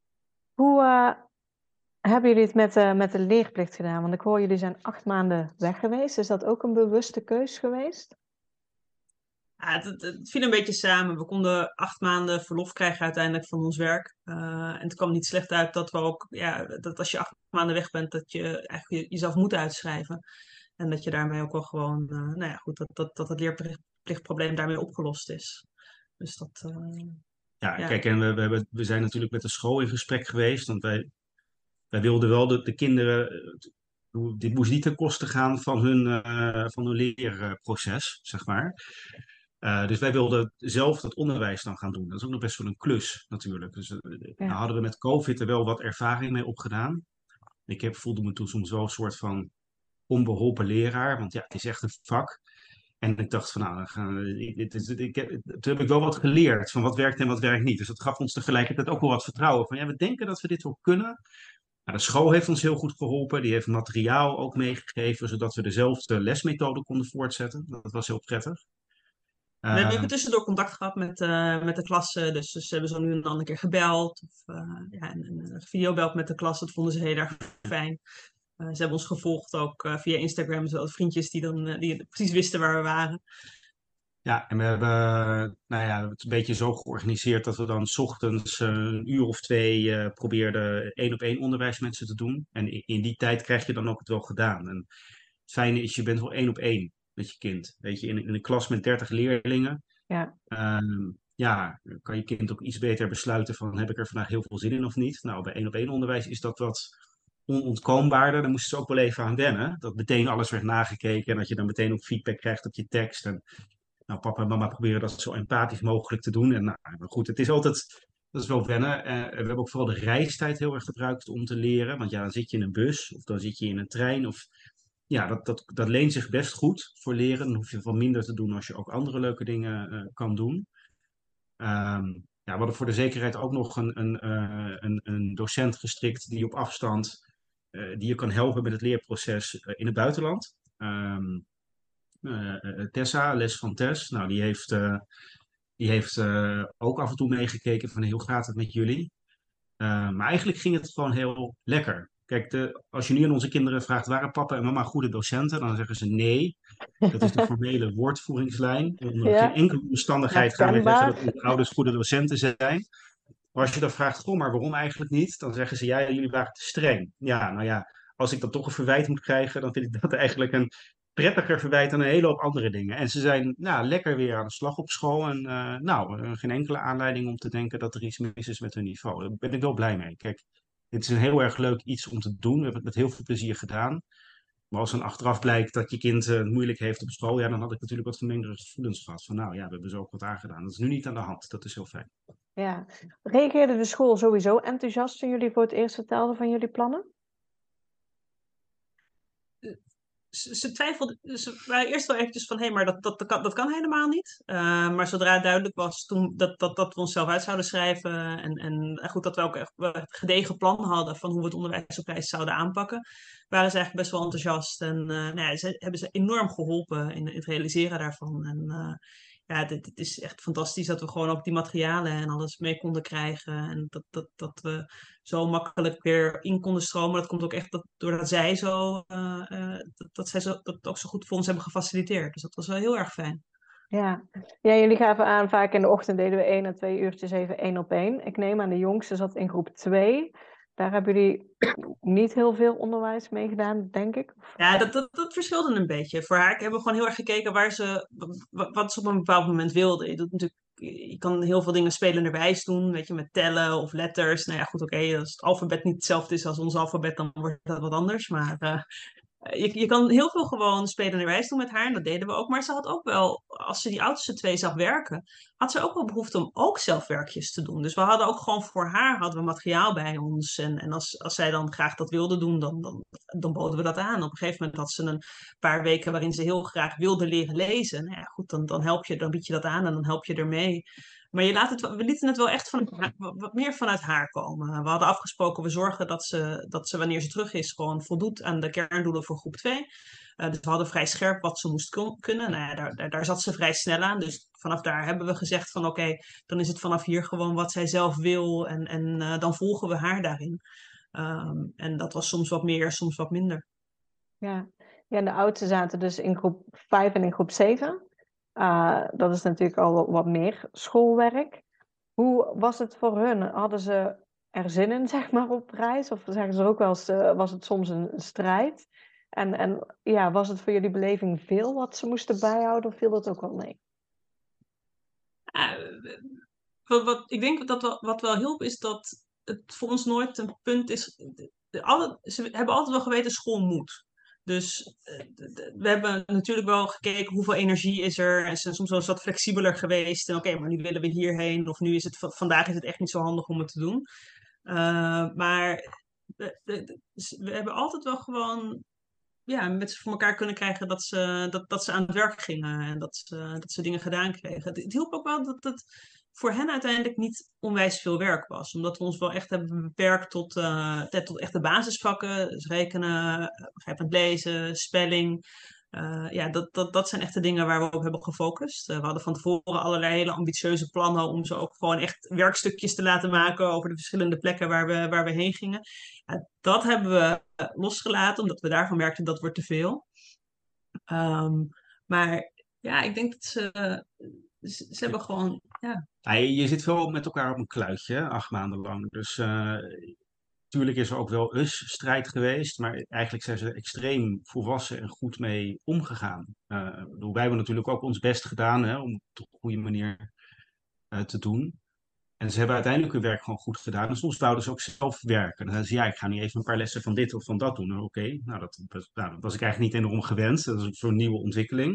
Hoe uh, hebben jullie het met, uh, met de leerplicht gedaan? Want ik hoor, jullie zijn acht maanden weg geweest. Is dat ook een bewuste keus geweest? Ja, het, het, het viel een beetje samen. We konden acht maanden verlof krijgen uiteindelijk van ons werk. Uh, en het kwam niet slecht uit dat we ook, ja, dat als je acht maanden weg bent, dat je eigenlijk jezelf moet uitschrijven. En dat je daarmee ook wel gewoon, uh, nou ja, goed, dat, dat, dat het leerplichtprobleem daarmee opgelost is. Dus dat. Uh, ja, ja, kijk, en we, we, hebben, we zijn natuurlijk met de school in gesprek geweest. Want wij, wij wilden wel de, de kinderen. Dit moest niet ten koste gaan van hun, uh, van hun leerproces, zeg maar. Uh, dus wij wilden zelf dat onderwijs dan gaan doen. Dat is ook nog best wel een klus natuurlijk. Dus uh, ja. Nou hadden we met COVID er wel wat ervaring mee opgedaan. Ik heb, voelde me toen soms wel een soort van onbeholpen leraar. Want ja, het is echt een vak. En ik dacht van nou, dan gaan we, ik, ik, ik, ik, toen heb ik wel wat geleerd van wat werkt en wat werkt niet. Dus dat gaf ons tegelijkertijd ook wel wat vertrouwen. Van ja, we denken dat we dit wel kunnen. Nou, de school heeft ons heel goed geholpen. Die heeft materiaal ook meegegeven, zodat we dezelfde lesmethode konden voortzetten. Dat was heel prettig. We uh, hebben tussendoor contact gehad met, uh, met de klassen. Dus, dus ze hebben zo nu en dan een keer gebeld. Of uh, ja, een, een videobeld met de klas. Dat vonden ze heel erg fijn. Uh, ze hebben ons gevolgd ook uh, via Instagram. Zoals vriendjes die dan uh, die precies wisten waar we waren. Ja, en we hebben nou ja, het een beetje zo georganiseerd dat we dan 's ochtends uh, een uur of twee uh, probeerden één op één onderwijs met ze te doen. En in, in die tijd krijg je dan ook het wel gedaan. En het fijne is, je bent wel één op één. met je kind. Weet je, in, in een klas met dertig leerlingen, Ja, ehm, ja, kan je kind ook iets beter besluiten van heb ik er vandaag heel veel zin in of niet. Nou, bij één op één onderwijs is dat wat onontkoombaarder. Daar moesten ze ook wel even aan wennen. Dat meteen alles werd nagekeken en dat je dan meteen ook feedback krijgt op je tekst. En nou, papa en mama proberen dat zo empathisch mogelijk te doen. En nou, maar goed, het is altijd, dat is wel wennen. Eh, we hebben ook vooral de reistijd heel erg gebruikt om te leren. Want ja, dan zit je in een bus of dan zit je in een trein. Of ja, dat, dat, dat leent zich best goed voor leren. Dan hoef je wat minder te doen als je ook andere leuke dingen eh, kan doen. Ehm, ja, we hadden voor de zekerheid ook nog een, een, eh, een, een docent gestrikt die op afstand, eh, die je kan helpen met het leerproces eh, in het buitenland. Ehm, eh, eh, Tessa, les van Tess, nou, die heeft, eh, die heeft eh, ook af en toe meegekeken van hoe gaat het met jullie? Uh, maar eigenlijk ging het gewoon heel lekker. Kijk, de, als je nu aan onze kinderen vraagt, waren papa en mama goede docenten? Dan zeggen ze nee. Dat is de formele woordvoeringslijn. Onder geen ja, enkele omstandigheid gaan wij zeggen dat herkenbaar. onze ouders goede docenten zijn. Maar als je dan vraagt, goh, maar waarom eigenlijk niet? Dan zeggen ze, ja, jullie waren te streng. Ja, nou ja, als ik dan toch een verwijt moet krijgen, dan vind ik dat eigenlijk een prettiger verwijt dan een hele hoop andere dingen. En ze zijn nou, lekker weer aan de slag op school. En uh, nou, uh, geen enkele aanleiding om te denken dat er iets mis is met hun niveau. Daar ben ik wel blij mee. Kijk, dit is een heel erg leuk iets om te doen. We hebben het met heel veel plezier gedaan. Maar als dan achteraf blijkt dat je kind uh, het moeilijk heeft op school, ja, dan had ik natuurlijk wat vermengde gevoelens gehad. Van nou ja, we hebben zo ook wat aangedaan. Dat is nu niet aan de hand. Dat is heel fijn. Ja. Reageerde de school sowieso enthousiast toen jullie voor het eerst vertelden van jullie plannen? Ze, ze twijfelden, ze waren eerst wel eventjes van, hé, hey, maar dat, dat, dat, kan, dat kan helemaal niet. Uh, maar zodra het duidelijk was toen dat, dat, dat we onszelf uit zouden schrijven en, en goed dat we ook echt een gedegen plan hadden van hoe we het onderwijs op reis zouden aanpakken, waren ze eigenlijk best wel enthousiast. En uh, nou ja, ze hebben ze enorm geholpen in, in het realiseren daarvan. En uh, ja, dit, dit is echt fantastisch dat we gewoon ook die materialen en alles mee konden krijgen. En dat, dat, dat we zo makkelijk weer in konden stromen. Dat komt ook echt dat, doordat zij zo, uh, uh, dat, dat zij zo, dat ook zo goed voor ons hebben gefaciliteerd. Dus dat was wel heel erg fijn. Ja. Ja, jullie gaven aan, vaak in de ochtend deden we één à twee uurtjes even één op één. Ik neem aan, de jongste zat in groep twee. Daar hebben jullie niet heel veel onderwijs mee gedaan, denk ik. Ja, dat, dat, dat verschilde een beetje. Voor haar hebben we gewoon heel erg gekeken waar ze, wat ze op een bepaald moment wilde. Je doet natuurlijk, je kan heel veel dingen spelenderwijs doen, weet je, met tellen of letters. Nou ja, goed, oké, okay, als het alfabet niet hetzelfde is als ons alfabet, dan wordt dat wat anders. Maar uh, je, je kan heel veel gewoon spelenderwijs doen met haar. En dat deden we ook. Maar ze had ook wel, als ze die oudste twee zag werken, had ze ook wel behoefte om ook zelf werkjes te doen. Dus we hadden ook gewoon voor haar hadden we materiaal bij ons. En, en als, als zij dan graag dat wilde doen, dan, dan, dan boden we dat aan. Op een gegeven moment had ze een paar weken waarin ze heel graag wilde leren lezen. Nou ja, goed, dan, dan, help je, dan bied je dat aan en dan help je ermee. Maar je laat het, we lieten het wel echt van, wat meer vanuit haar komen. We hadden afgesproken, we zorgen dat ze, dat ze wanneer ze terug is, gewoon voldoet aan de kerndoelen voor groep twee. Uh, dus we hadden vrij scherp wat ze moest kon, kunnen. Nou ja, daar, daar, daar zat ze vrij snel aan. Dus vanaf daar hebben we gezegd van oké, okay, dan is het vanaf hier gewoon wat zij zelf wil. En, en uh, dan volgen we haar daarin. Um, en dat was soms wat meer, soms wat minder. Ja, ja, de oudsten zaten dus in groep vijf en in groep zeven. Uh, dat is natuurlijk al wat, wat meer schoolwerk. Hoe was het voor hun? Hadden ze er zin in, zeg maar, op reis? Of zeggen ze ook wel eens, uh, was het soms een, een strijd? En, en ja, was het voor jullie beleving veel wat ze moesten bijhouden? Of viel dat ook wel mee? Uh, wat, wat, ik denk dat wat, wat wel hielp is dat het voor ons nooit een punt is. De, de, alle, ze hebben altijd wel geweten, school moet. Dus we hebben natuurlijk wel gekeken hoeveel energie is er. En ze zijn soms wel eens wat flexibeler geweest. En oké, okay, maar nu willen we hierheen. Of nu is het vandaag is het echt niet zo handig om het te doen. Uh, maar we, we, we hebben altijd wel gewoon ja, met ze voor elkaar kunnen krijgen dat ze, dat, dat ze aan het werk gingen. En dat ze, dat ze dingen gedaan kregen. Het, het hielp ook wel dat het voor hen uiteindelijk niet onwijs veel werk was. Omdat we ons wel echt hebben beperkt tot, uh, tot echt de basisvakken. Dus rekenen, begrijpend lezen, spelling. Uh, ja, dat, dat, dat zijn echt de dingen waar we op hebben gefocust. Uh, we hadden van tevoren allerlei hele ambitieuze plannen om ze ook gewoon echt werkstukjes te laten maken over de verschillende plekken waar we, waar we heen gingen. Ja, dat hebben we losgelaten, omdat we daarvan merkten dat wordt te veel. Um, maar ja, ik denk dat ze, ze, ze hebben gewoon, ja. Ja, je, je zit wel met elkaar op een kluitje, acht maanden lang. Dus uh, Tuurlijk is er ook wel eens strijd geweest, maar eigenlijk zijn ze er extreem volwassen en goed mee omgegaan. Uh, ik bedoel, wij hebben natuurlijk ook ons best gedaan, hè, om het op een goede manier uh, te doen. En ze hebben uiteindelijk hun werk gewoon goed gedaan. En soms wouden ze ook zelf werken. Dan zeiden ze, ja, ik ga nu even een paar lessen van dit of van dat doen. Nou, Oké, okay. nou, dat, nou, dat was ik eigenlijk niet enorm gewend. Dat is een soort nieuwe ontwikkeling.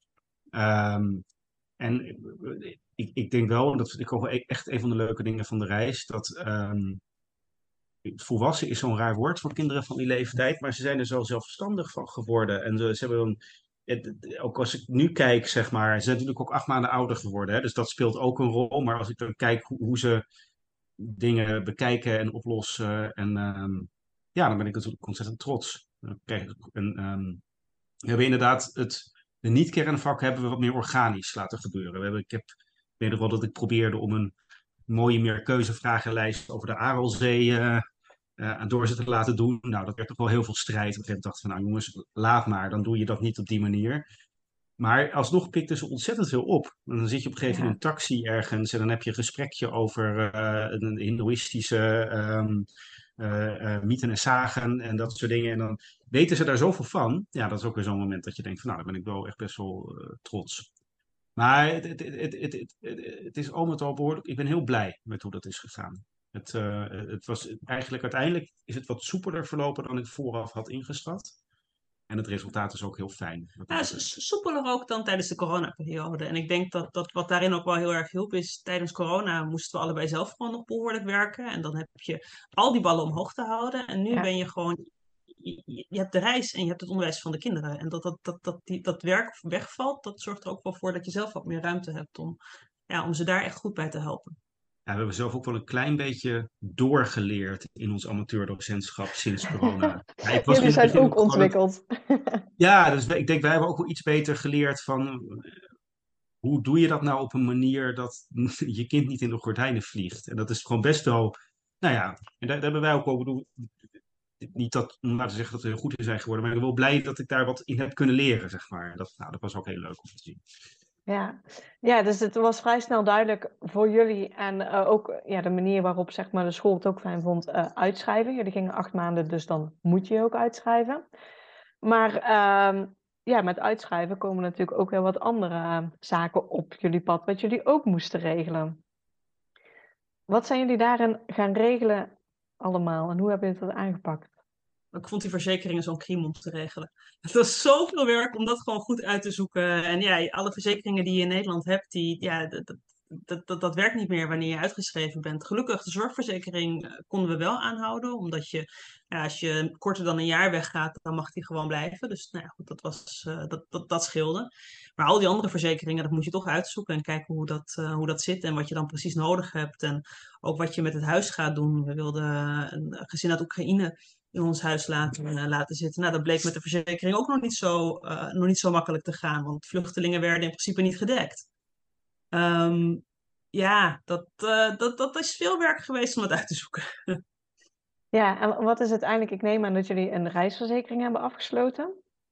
Um, en ik, ik denk wel, en dat vind ik ook wel echt een van de leuke dingen van de reis, dat um, volwassen is zo'n raar woord voor kinderen van die leeftijd, maar ze zijn er zo zelfstandig van geworden. En ze, ze hebben dan, het, ook als ik nu kijk, zeg maar, ze zijn natuurlijk ook acht maanden ouder geworden, hè, dus dat speelt ook een rol. Maar als ik dan kijk hoe, hoe ze dingen bekijken en oplossen, en um, ja, dan ben ik natuurlijk ontzettend trots. Kijk, en, um, we hebben inderdaad het, de niet-kernvak hebben we wat meer organisch laten gebeuren. We hebben, ik heb, ik weet nog wel dat ik probeerde om een mooie meerkeuzevragenlijst over de Aralzee uh, uh, aan doorzetten te laten doen. Nou, dat werd toch wel heel veel strijd. Op een gegeven moment dacht ik van, nou jongens, laat maar, dan doe je dat niet op die manier. Maar alsnog pikten ze ontzettend veel op. En dan zit je op een gegeven moment in een taxi ergens en dan heb je een gesprekje over uh, een hindoeïstische um, uh, uh, mythen en sagen en dat soort dingen. En dan weten ze daar zoveel van. Ja, dat is ook weer zo'n moment dat je denkt van, nou, dan ben ik wel echt best wel uh, trots. Maar het, het, het, het, het, het, het is al met al behoorlijk. Ik ben heel blij met hoe dat is gegaan. Het, uh, het was eigenlijk uiteindelijk is het wat soepeler verlopen dan ik vooraf had ingeschat. En het resultaat is ook heel fijn. Ja, soepeler ook dan tijdens de coronaperiode. En ik denk dat, dat wat daarin ook wel heel erg hielp is, tijdens corona moesten we allebei zelf gewoon nog behoorlijk werken. En dan heb je al die ballen omhoog te houden. En nu ja. ben je gewoon, je, je hebt de reis en je hebt het onderwijs van de kinderen. En dat dat, dat, dat, die, dat werk wegvalt, dat zorgt er ook wel voor dat je zelf wat meer ruimte hebt om, ja, om ze daar echt goed bij te helpen. Ja, we hebben zelf ook wel een klein beetje doorgeleerd in ons amateurdocentschap sinds corona. Ja, ik was Jullie zijn ook ontwikkeld. Het... Ja, dus ik denk wij hebben ook wel iets beter geleerd van hoe doe je dat nou op een manier dat je kind niet in de gordijnen vliegt. En dat is gewoon best wel, nou ja, en daar, daar hebben wij ook wel, bedoel, niet dat, om maar te zeggen dat we heel goed in zijn geworden, maar ik ben wel blij dat ik daar wat in heb kunnen leren, zeg maar. Dat, nou, dat was ook heel leuk om te zien. Ja. ja, dus het was vrij snel duidelijk voor jullie en uh, ook ja, de manier waarop zeg maar, de school het ook fijn vond, uh, uitschrijven. Jullie gingen acht maanden, dus dan moet je ook uitschrijven. Maar uh, ja, met uitschrijven komen natuurlijk ook weer wat andere uh, zaken op jullie pad, wat jullie ook moesten regelen. Wat zijn jullie daarin gaan regelen allemaal en hoe hebben jullie dat aangepakt? Ik vond die verzekeringen zo'n crime om te regelen. Het was zoveel werk om dat gewoon goed uit te zoeken. En ja, alle verzekeringen die je in Nederland hebt, die, ja, dat, dat, dat, dat werkt niet meer wanneer je uitgeschreven bent. Gelukkig, de zorgverzekering konden we wel aanhouden. Omdat je, ja, als je korter dan een jaar weggaat, dan mag die gewoon blijven. Dus nou ja, goed, dat, was, uh, dat, dat, dat scheelde. Maar al die andere verzekeringen, dat moet je toch uitzoeken. En kijken hoe dat, uh, hoe dat zit en wat je dan precies nodig hebt. En ook wat je met het huis gaat doen. We wilden een gezin uit Oekraïne in ons huis laten, uh, laten zitten. Nou, dat bleek met de verzekering ook nog niet, zo, uh, nog niet zo makkelijk te gaan, want vluchtelingen werden in principe niet gedekt. Um, ja, dat, uh, dat, dat is veel werk geweest om het uit te zoeken. Ja, en wat is uiteindelijk, ik neem aan dat jullie een reisverzekering hebben afgesloten.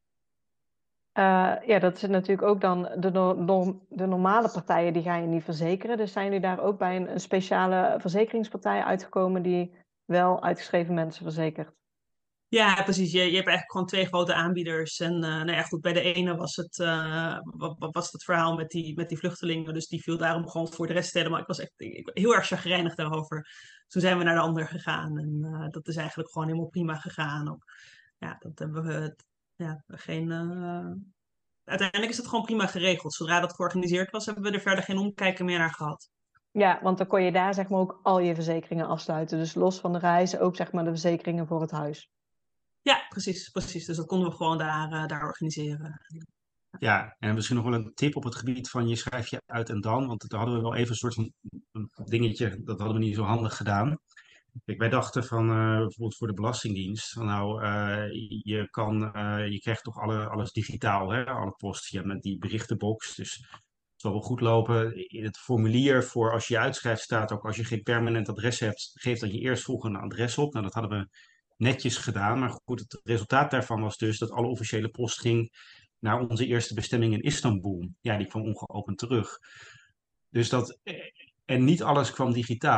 Uh, ja, dat is natuurlijk ook dan de, no- de normale partijen, die ga je niet verzekeren. Dus zijn jullie daar ook bij een, een speciale verzekeringspartij uitgekomen die wel uitgeschreven mensen verzekert? Ja, precies. Je, je hebt eigenlijk gewoon twee grote aanbieders. En uh, nou ja, goed, bij de ene was het, uh, was het verhaal met die, met die vluchtelingen. Dus die viel daarom gewoon voor de rest helemaal. Ik was echt ik, heel erg chagrijnig daarover. Toen zijn we naar de ander gegaan. En uh, dat is eigenlijk gewoon helemaal prima gegaan. Ook, ja, dat hebben we ja, geen... Uh... Uiteindelijk is het gewoon prima geregeld. Zodra dat georganiseerd was, hebben we er verder geen omkijken meer naar gehad. Ja, want dan kon je daar zeg maar ook al je verzekeringen afsluiten. Dus los van de reizen ook zeg maar de verzekeringen voor het huis. Ja, precies, precies. Dus dat konden we gewoon daar, uh, daar organiseren. Ja, en misschien nog wel een tip op het gebied van je schrijf je uit en dan. Want daar hadden we wel even een soort van een dingetje, dat hadden we niet zo handig gedaan. Kijk, wij dachten van, uh, bijvoorbeeld voor de Belastingdienst, van nou, uh, je, kan, uh, je krijgt toch alle, alles digitaal, hè? Alle post. Je hebt met die berichtenbox, dus het zal wel goed lopen. In het formulier voor als je je uitschrijft staat ook, als je geen permanent adres hebt, geef dan je eerstvolgende adres op. Nou, dat hadden we netjes gedaan. Maar goed, het resultaat daarvan was dus dat alle officiële post ging naar onze eerste bestemming in Istanbul. Ja, die kwam ongeopend terug. Dus dat, en niet alles kwam digitaal.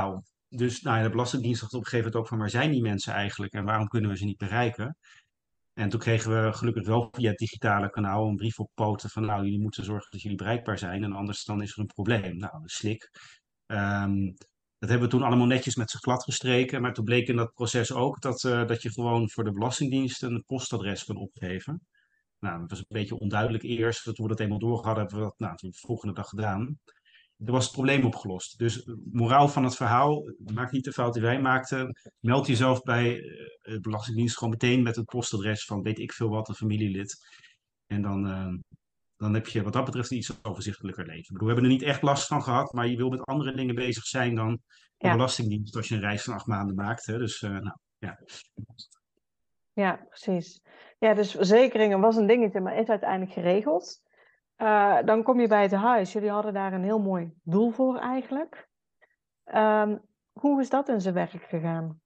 dus nou, ja, de Belastingdienst dacht op een gegeven moment ook van, waar zijn die mensen eigenlijk en waarom kunnen we ze niet bereiken? En toen kregen we gelukkig wel via het digitale kanaal een brief op poten van, nou, jullie moeten zorgen dat jullie bereikbaar zijn en anders dan is er een probleem. Nou, slik. Ehm, dat hebben we toen allemaal netjes met z'n glad gestreken, maar toen bleek in dat proces ook dat, eh, dat je gewoon voor de Belastingdienst een postadres kan opgeven. Nou, dat was een beetje onduidelijk eerst. Toen we dat eenmaal door hadden, hebben we dat nou, toen de volgende dag gedaan. Er was het probleem opgelost. Dus eh, moraal van het verhaal, maak niet de fout die wij maakten. Meld jezelf bij eh, de Belastingdienst gewoon meteen met het postadres van weet ik veel wat, een familielid. En dan, eh, dan heb je wat dat betreft een iets overzichtelijker leven. Ik bedoel, we hebben er niet echt last van gehad, maar je wil met andere dingen bezig zijn dan de Ja, Belastingdienst als je een reis van acht maanden maakt. Hè. Dus eh, nou, ja. ja, precies. Ja, dus verzekeringen was een dingetje, maar is uiteindelijk geregeld. Eh, dan kom je bij het huis. Jullie hadden daar een heel mooi doel voor eigenlijk. Ehm, hoe is dat in zijn werk gegaan?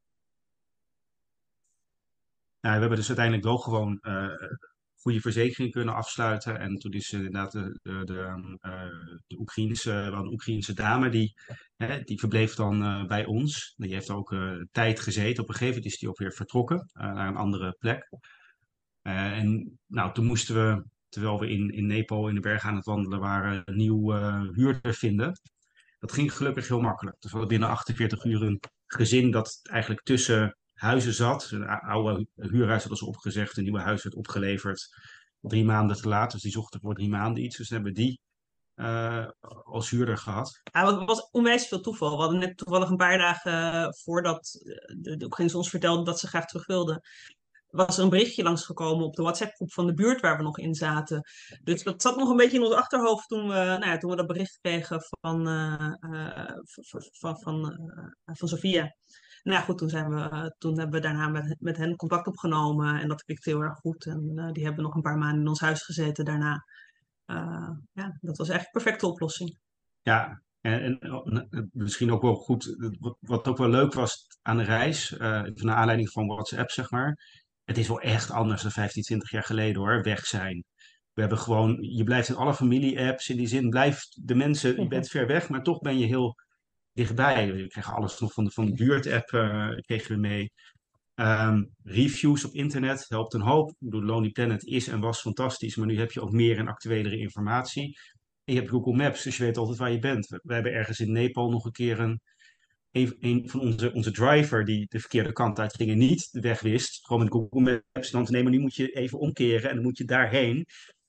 Nou, we hebben dus uiteindelijk wel gewoon eh goede verzekering kunnen afsluiten. En toen is eh, inderdaad de, de, de, eh, de Oekraïense, wel een Oekraïense dame, die, hè, die verbleef dan eh, bij ons. Die heeft ook eh, tijd gezeten. Op een gegeven moment is die ook weer vertrokken eh, naar een andere plek. Eh, en nou, toen moesten we, terwijl we in, in Nepal in de bergen aan het wandelen waren, een nieuw eh, huurder vinden. Dat ging gelukkig heel makkelijk. Dus we hadden binnen achtenveertig uur een gezin dat eigenlijk tussen huizen zat. Een ou- oude huurhuis hadden ze opgezegd, een nieuwe huis werd opgeleverd drie maanden te laat. Dus die zochten voor drie maanden iets. Dus dan hebben we die eh, als huurder gehad. Ja, het was onwijs veel toeval. We hadden net toevallig een paar dagen eh, voordat eh, de, de Oekraïners ons vertelden dat ze graag terug wilden, was er een berichtje langsgekomen op de WhatsApp-groep van de buurt waar we nog in zaten. Dus dat zat nog een beetje in ons achterhoofd toen we, nou ja, toen we dat bericht kregen van, eh, eh, van, van, van, eh, van Sofia. Nou ja, goed, toen, zijn we, eh, toen hebben we daarna met, met hen contact opgenomen en dat klikte heel erg goed. En eh, die hebben nog een paar maanden in ons huis gezeten daarna. Uh, ja, dat was echt een perfecte oplossing. Ja, en, en eh, misschien ook wel goed, wat, wat ook wel leuk was aan de reis, eh naar aanleiding van WhatsApp, zeg maar. Het is wel echt anders dan vijftien, twintig jaar geleden hoor, weg zijn. We hebben gewoon, je blijft in alle familie-apps, in die zin blijft de mensen, je bent ver weg, maar toch ben je heel dichtbij. We kregen alles nog van de, van de buurt-app, uh, kregen we mee. Um, reviews op internet helpt een hoop. Ik bedoel, Lonely Planet is en was fantastisch, maar nu heb je ook meer en actuelere informatie. En je hebt Google Maps, dus je weet altijd waar je bent. We, we hebben ergens in Nepal nog een keer een, een, een van onze, onze driver die de verkeerde kant uit ging en niet de weg wist. Gewoon met Google Maps dan te nemen, nu moet je even omkeren en dan moet je daarheen.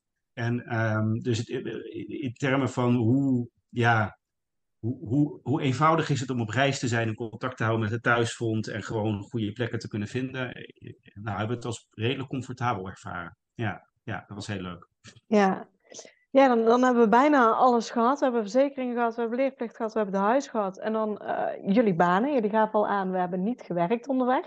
En um, dus het, in termen van hoe, ja, hoe, hoe, hoe eenvoudig is het om op reis te zijn en contact te houden met het thuisfront en gewoon goede plekken te kunnen vinden. Nou, hebben we het als redelijk comfortabel ervaren. Ja, ja, dat was heel leuk. Ja, ja dan, dan hebben we bijna alles gehad. We hebben verzekeringen gehad, we hebben leerplicht gehad, we hebben de huis gehad. En dan uh, jullie banen, jullie gaven al aan, we hebben niet gewerkt onderweg.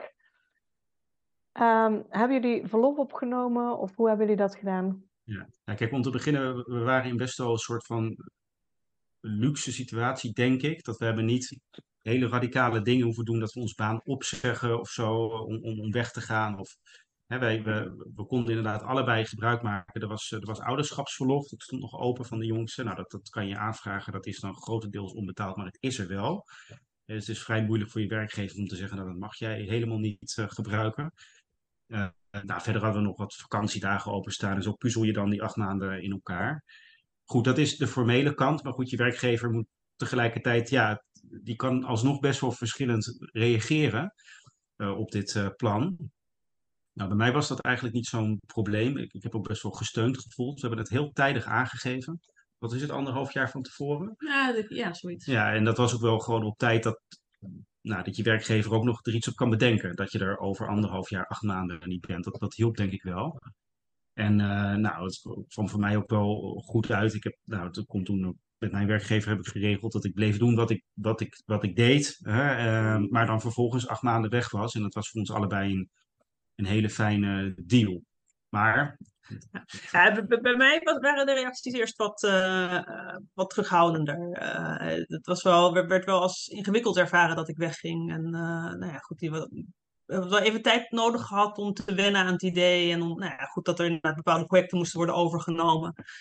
Um, hebben jullie verlof opgenomen of hoe hebben jullie dat gedaan? Ja, nou, kijk, om te beginnen, we waren in best wel een soort van luxe situatie, denk ik. Dat we hebben niet hele radicale dingen hoeven doen, dat we ons baan opzeggen of zo, om, om, om weg te gaan. Of, hè, wij, we, we konden inderdaad allebei gebruik maken. Er was, er was ouderschapsverlof, dat stond nog open van de jongsten. Nou, dat, dat kan je aanvragen, dat is dan grotendeels onbetaald, maar het is er wel. Dus het is vrij moeilijk voor je werkgever om te zeggen, nou, dat mag jij helemaal niet uh, gebruiken. Uh, nou, verder hadden we nog wat vakantiedagen openstaan, dus ook puzzel je dan die acht maanden in elkaar. Goed, dat is de formele kant. Maar goed, je werkgever moet tegelijkertijd, ja, die kan alsnog best wel verschillend reageren uh, op dit uh, plan. Nou, bij mij was dat eigenlijk niet zo'n probleem. Ik, ik heb ook best wel gesteund gevoeld. We hebben het heel tijdig aangegeven. Wat is het, anderhalf jaar van tevoren? Ja, de, ja zoiets. Ja, en dat was ook wel gewoon op tijd dat, nou, dat je werkgever ook nog er iets op kan bedenken. Dat je er over anderhalf jaar, acht maanden niet bent. Dat, dat hielp denk ik wel. En uh, nou, het kwam voor mij ook wel goed uit. Ik heb, nou, het komt toen met mijn werkgever heb ik geregeld dat ik bleef doen wat ik, wat ik, wat ik deed. Hè, uh, maar dan vervolgens acht maanden weg was. En dat was voor ons allebei een, een hele fijne deal. Maar... Ja, bij, bij mij was, waren de reacties eerst wat, uh, wat terughoudender. Uh, het was wel, werd wel als ingewikkeld ervaren dat ik wegging. En uh, nou ja, goed, die, we hebben wel even tijd nodig gehad om te wennen aan het idee. En om, nou ja, goed, dat er inderdaad bepaalde projecten moesten worden overgenomen.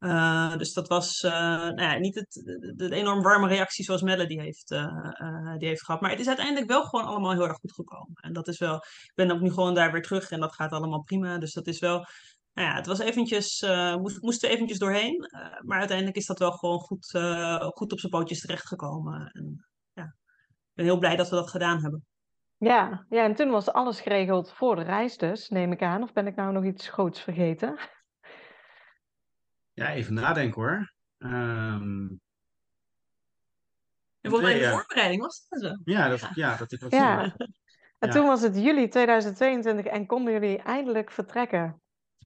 Uh, dus dat was uh, nou ja, niet het, de, de enorm warme reactie zoals Melle die heeft, uh, uh, die heeft gehad. Maar het is uiteindelijk wel gewoon allemaal heel erg goed gekomen. En dat is wel, ik ben ook nu gewoon daar weer terug en dat gaat allemaal prima. Dus dat is wel, nou ja, het was eventjes, uh, moest, moesten we eventjes doorheen. Uh, maar uiteindelijk is dat wel gewoon goed, uh, goed op zijn pootjes terechtgekomen. En ja, ik ben heel blij dat we dat gedaan hebben. Ja, ja, en toen was alles geregeld voor de reis dus, neem ik aan. Of ben ik nou nog iets groots vergeten? Ja, even nadenken hoor. Um, en volgens mij in de voorbereiding was dat zo. Ja, dat, ja, dat ik dat ja. zie. En ja. toen was het juli tweeduizend tweeëntwintig en konden jullie eindelijk vertrekken.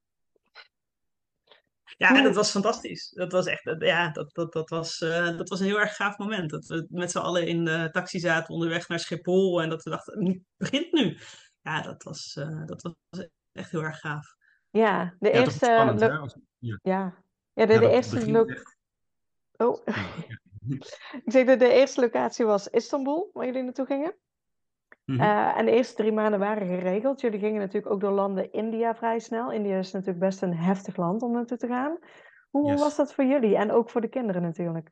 Ja, en dat was fantastisch. Dat was echt, ja, dat, dat, dat, was, uh, dat was een heel erg gaaf moment. Dat we met z'n allen in de taxi zaten onderweg naar Schiphol en dat we dachten, het begint nu. Ja, dat was, uh, dat was echt heel erg gaaf. Ja, de ja, eerste... spannend, lo- hè? Als, ja. Ja. Ja, de, ja, de eerste... Lo- echt... Oh. Ik zeg dat de eerste locatie was Istanbul, waar jullie naartoe gingen. Mm-hmm. Uh, en de eerste drie maanden waren geregeld. Jullie gingen natuurlijk ook door landen India vrij snel. India is natuurlijk best een heftig land om naartoe te gaan. Hoe yes. was dat voor jullie? En ook voor de kinderen natuurlijk.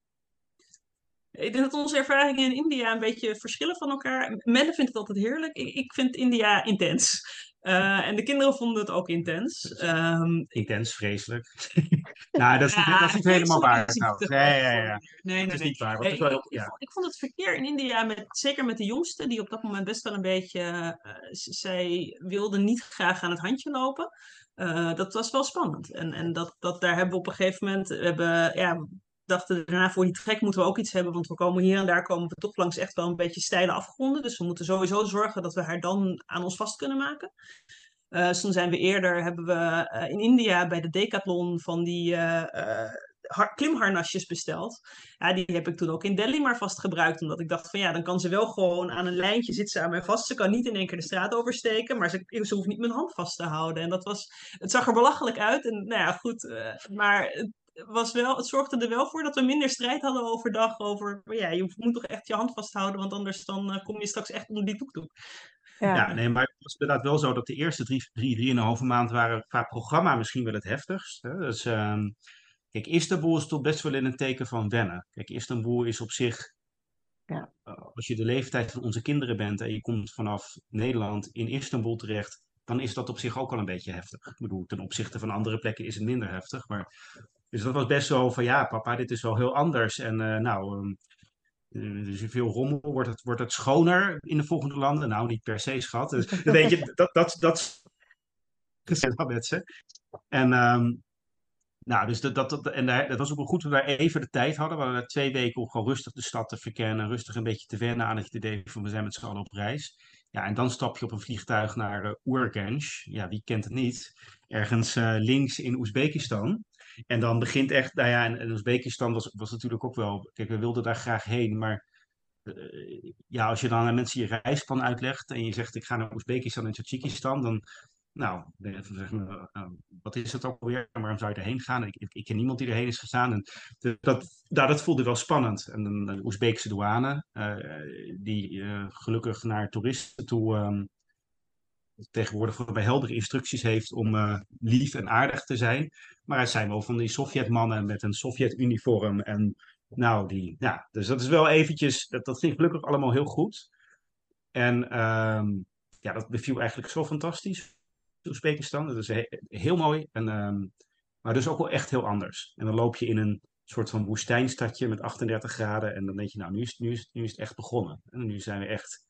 Ik denk dat onze ervaringen in India een beetje verschillen van elkaar. Melle vindt het altijd heerlijk. Ik, ik vind India intens. Uh, en de kinderen vonden het ook intens. Um, intens, vreselijk. nou, dat is niet, ja, dat is niet helemaal waar. Nou. Nee, ja, ja. nee, nee, dat is nee. niet waar. Nee, is wel heel, ik, ja. ik, ik vond het verkeer in India, met, zeker met de jongste, die op dat moment best wel een beetje... Uh, zij wilde niet graag aan het handje lopen. Uh, dat was wel spannend. En, en dat, dat, daar hebben we op een gegeven moment... We hebben, ja, dachten daarna voor die trek moeten we ook iets hebben, want we komen hier en daar komen we toch langs echt wel een beetje steile afgronden. Dus we moeten sowieso zorgen dat we haar dan aan ons vast kunnen maken. Uh, dus toen zijn we eerder, hebben we uh, in India bij de Decathlon van die uh, uh, klimharnasjes besteld. Ja, die heb ik toen ook in Delhi maar vast gebruikt, omdat ik dacht van ja, dan kan ze wel gewoon aan een lijntje, zit ze aan mij vast. Ze kan niet in één keer de straat oversteken, maar ze, ze hoeft niet mijn hand vast te houden. En dat was, het zag er belachelijk uit. En nou ja, goed, uh, maar het, was wel, het zorgde er wel voor dat we minder strijd hadden overdag over, ja, je moet toch echt je hand vasthouden, want anders dan uh, kom je straks echt onder die toektoek. Ja. ja, nee, maar het was inderdaad wel zo dat de eerste drie, drie, drieënhalve maand waren qua programma misschien wel het heftigst. Hè? Dus, um, kijk, Istanbul is toch best wel in een teken van wennen. Kijk, Istanbul is op zich, ja. uh, als je de leeftijd van onze kinderen bent en je komt vanaf Nederland in Istanbul terecht, dan is dat op zich ook al een beetje heftig. Ik bedoel, ten opzichte van andere plekken is het minder heftig. Maar, dus dat was best zo van, ja, papa, dit is wel heel anders. En uh, nou... Um, Dus veel rommel, wordt het, wordt het schoner in de volgende landen? Nou, niet per se, schat. Dus dan weet je, dat dat dat gezet met ze. En, um, nou, dus dat, dat, dat, en daar, dat was ook wel goed dat we daar even de tijd hadden. We hadden daar twee weken om gewoon rustig de stad te verkennen, rustig een beetje te wennen aan het idee van we zijn met z'n allen op reis. Ja, en dan stap je op een vliegtuig naar uh, Urgench. Ja, wie kent het niet? Ergens uh, links in Oezbekistan. En dan begint echt, nou ja, en, en Oezbekistan was, was natuurlijk ook wel, kijk, we wilden daar graag heen, maar uh, ja, als je dan aan mensen je reisplan uitlegt en je zegt ik ga naar Oezbekistan en Tajikistan, dan, nou, dan zeggen we, uh, wat is het ook alweer, waarom zou je erheen gaan? Ik, ik, ik ken niemand die erheen is gegaan en de, dat, nou, dat voelde wel spannend. En dan de Oezbeekse douane, uh, die uh, gelukkig naar toeristen toe um, tegenwoordig bij heldere instructies heeft om uh, lief en aardig te zijn. Maar het zijn wel van die Sovjetmannen met een Sovjet-uniform. En nou, die, ja, dus dat is wel eventjes, dat, dat ging gelukkig allemaal heel goed. En um, ja, dat beviel eigenlijk zo fantastisch, Oezbekistan. Dat is he heel mooi, en, um, maar dus ook wel echt heel anders. En dan loop je in een soort van woestijnstadje met achtendertig graden. En dan denk je, nou, nu is, nu is, nu is het echt begonnen. En nu zijn we echt...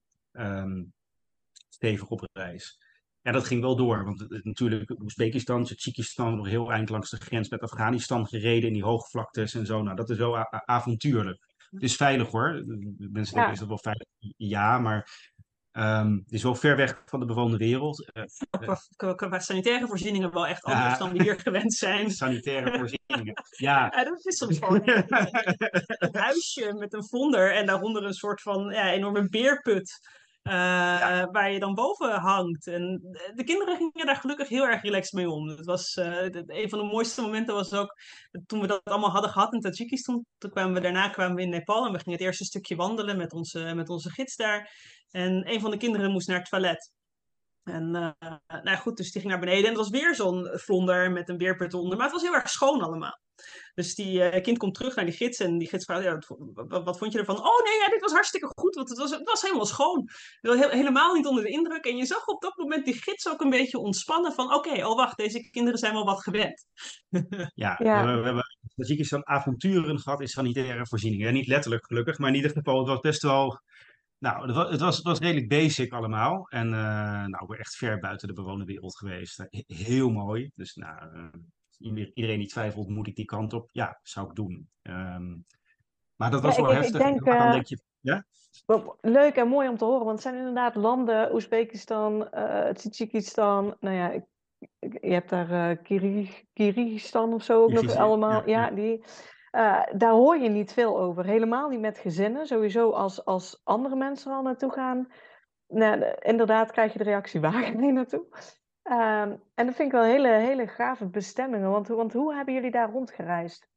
Um, stevig op reis. Ja, dat ging wel door, want het, natuurlijk Oezbekistan, Tajikistan, nog heel eind langs de grens met Afghanistan gereden in die hoogvlaktes en zo. Nou, dat is wel avontuurlijk. Het is veilig hoor. Mensen denken, ja. Is dat wel veilig? Ja, maar um, het is wel ver weg van de bewoonde wereld. Uh, qua, qua, qua sanitaire voorzieningen wel echt anders uh, dan we hier gewend zijn. Sanitaire voorzieningen, ja. Ja, dat is soms gewoon een, een huisje met een vonder en daaronder een soort van ja, enorme beerput. Uh, ja. Waar je dan boven hangt. En de kinderen gingen daar gelukkig heel erg relaxed mee om. Het was, uh, een van de mooiste momenten was ook toen we dat allemaal hadden gehad in Tajikistan. Toen kwamen we daarna kwamen we in Nepal en we gingen het eerste stukje wandelen met onze, met onze gids daar. En een van de kinderen moest naar het toilet. En uh, nou goed, dus die ging naar beneden. En het was weer zo'n vlonder met een beerput onder. Maar het was heel erg schoon allemaal. Dus die uh, kind komt terug naar die gids. En die gids vraagt, ja, wat, wat vond je ervan? Oh nee, ja, dit was hartstikke goed. Want het was, het was helemaal schoon. He- helemaal niet onder de indruk. En je zag op dat moment die gids ook een beetje ontspannen. Van oké, okay, oh wacht, deze kinderen zijn wel wat gewend. Ja, we Ja, hebben, we hebben Tajikistan avonturen gehad in sanitaire voorzieningen. Ja, niet letterlijk gelukkig, maar in ieder geval, het was best wel... Nou, het was, het was, het was redelijk basic allemaal. En uh, nou, we're echt ver buiten de bewoonde wereld geweest. Uh, he- heel mooi. Dus nou, uh, iedereen die twijfelt, moet ik die kant op? Ja, zou ik doen. Um, maar dat ja was ik, wel ik, ik heftig. En denk dan uh, denk je, ja? wel leuk en mooi om te horen. Want het zijn inderdaad landen, Oezbekistan, uh, Tajikistan. Nou ja, ik, ik- je hebt daar uh, Kyrgyz- Kyrgyzstan of zo ook nog Kyrgyzije, allemaal. ja, Ja, ja. die, uh, daar hoor je niet veel over. Helemaal niet met gezinnen. Sowieso als, als andere mensen er al naartoe gaan. Nou, de- inderdaad krijg je de reactie, waar ga je naartoe? Um, en dat vind ik wel hele, hele gave bestemmingen. Want, want hoe hebben jullie daar rondgereisd?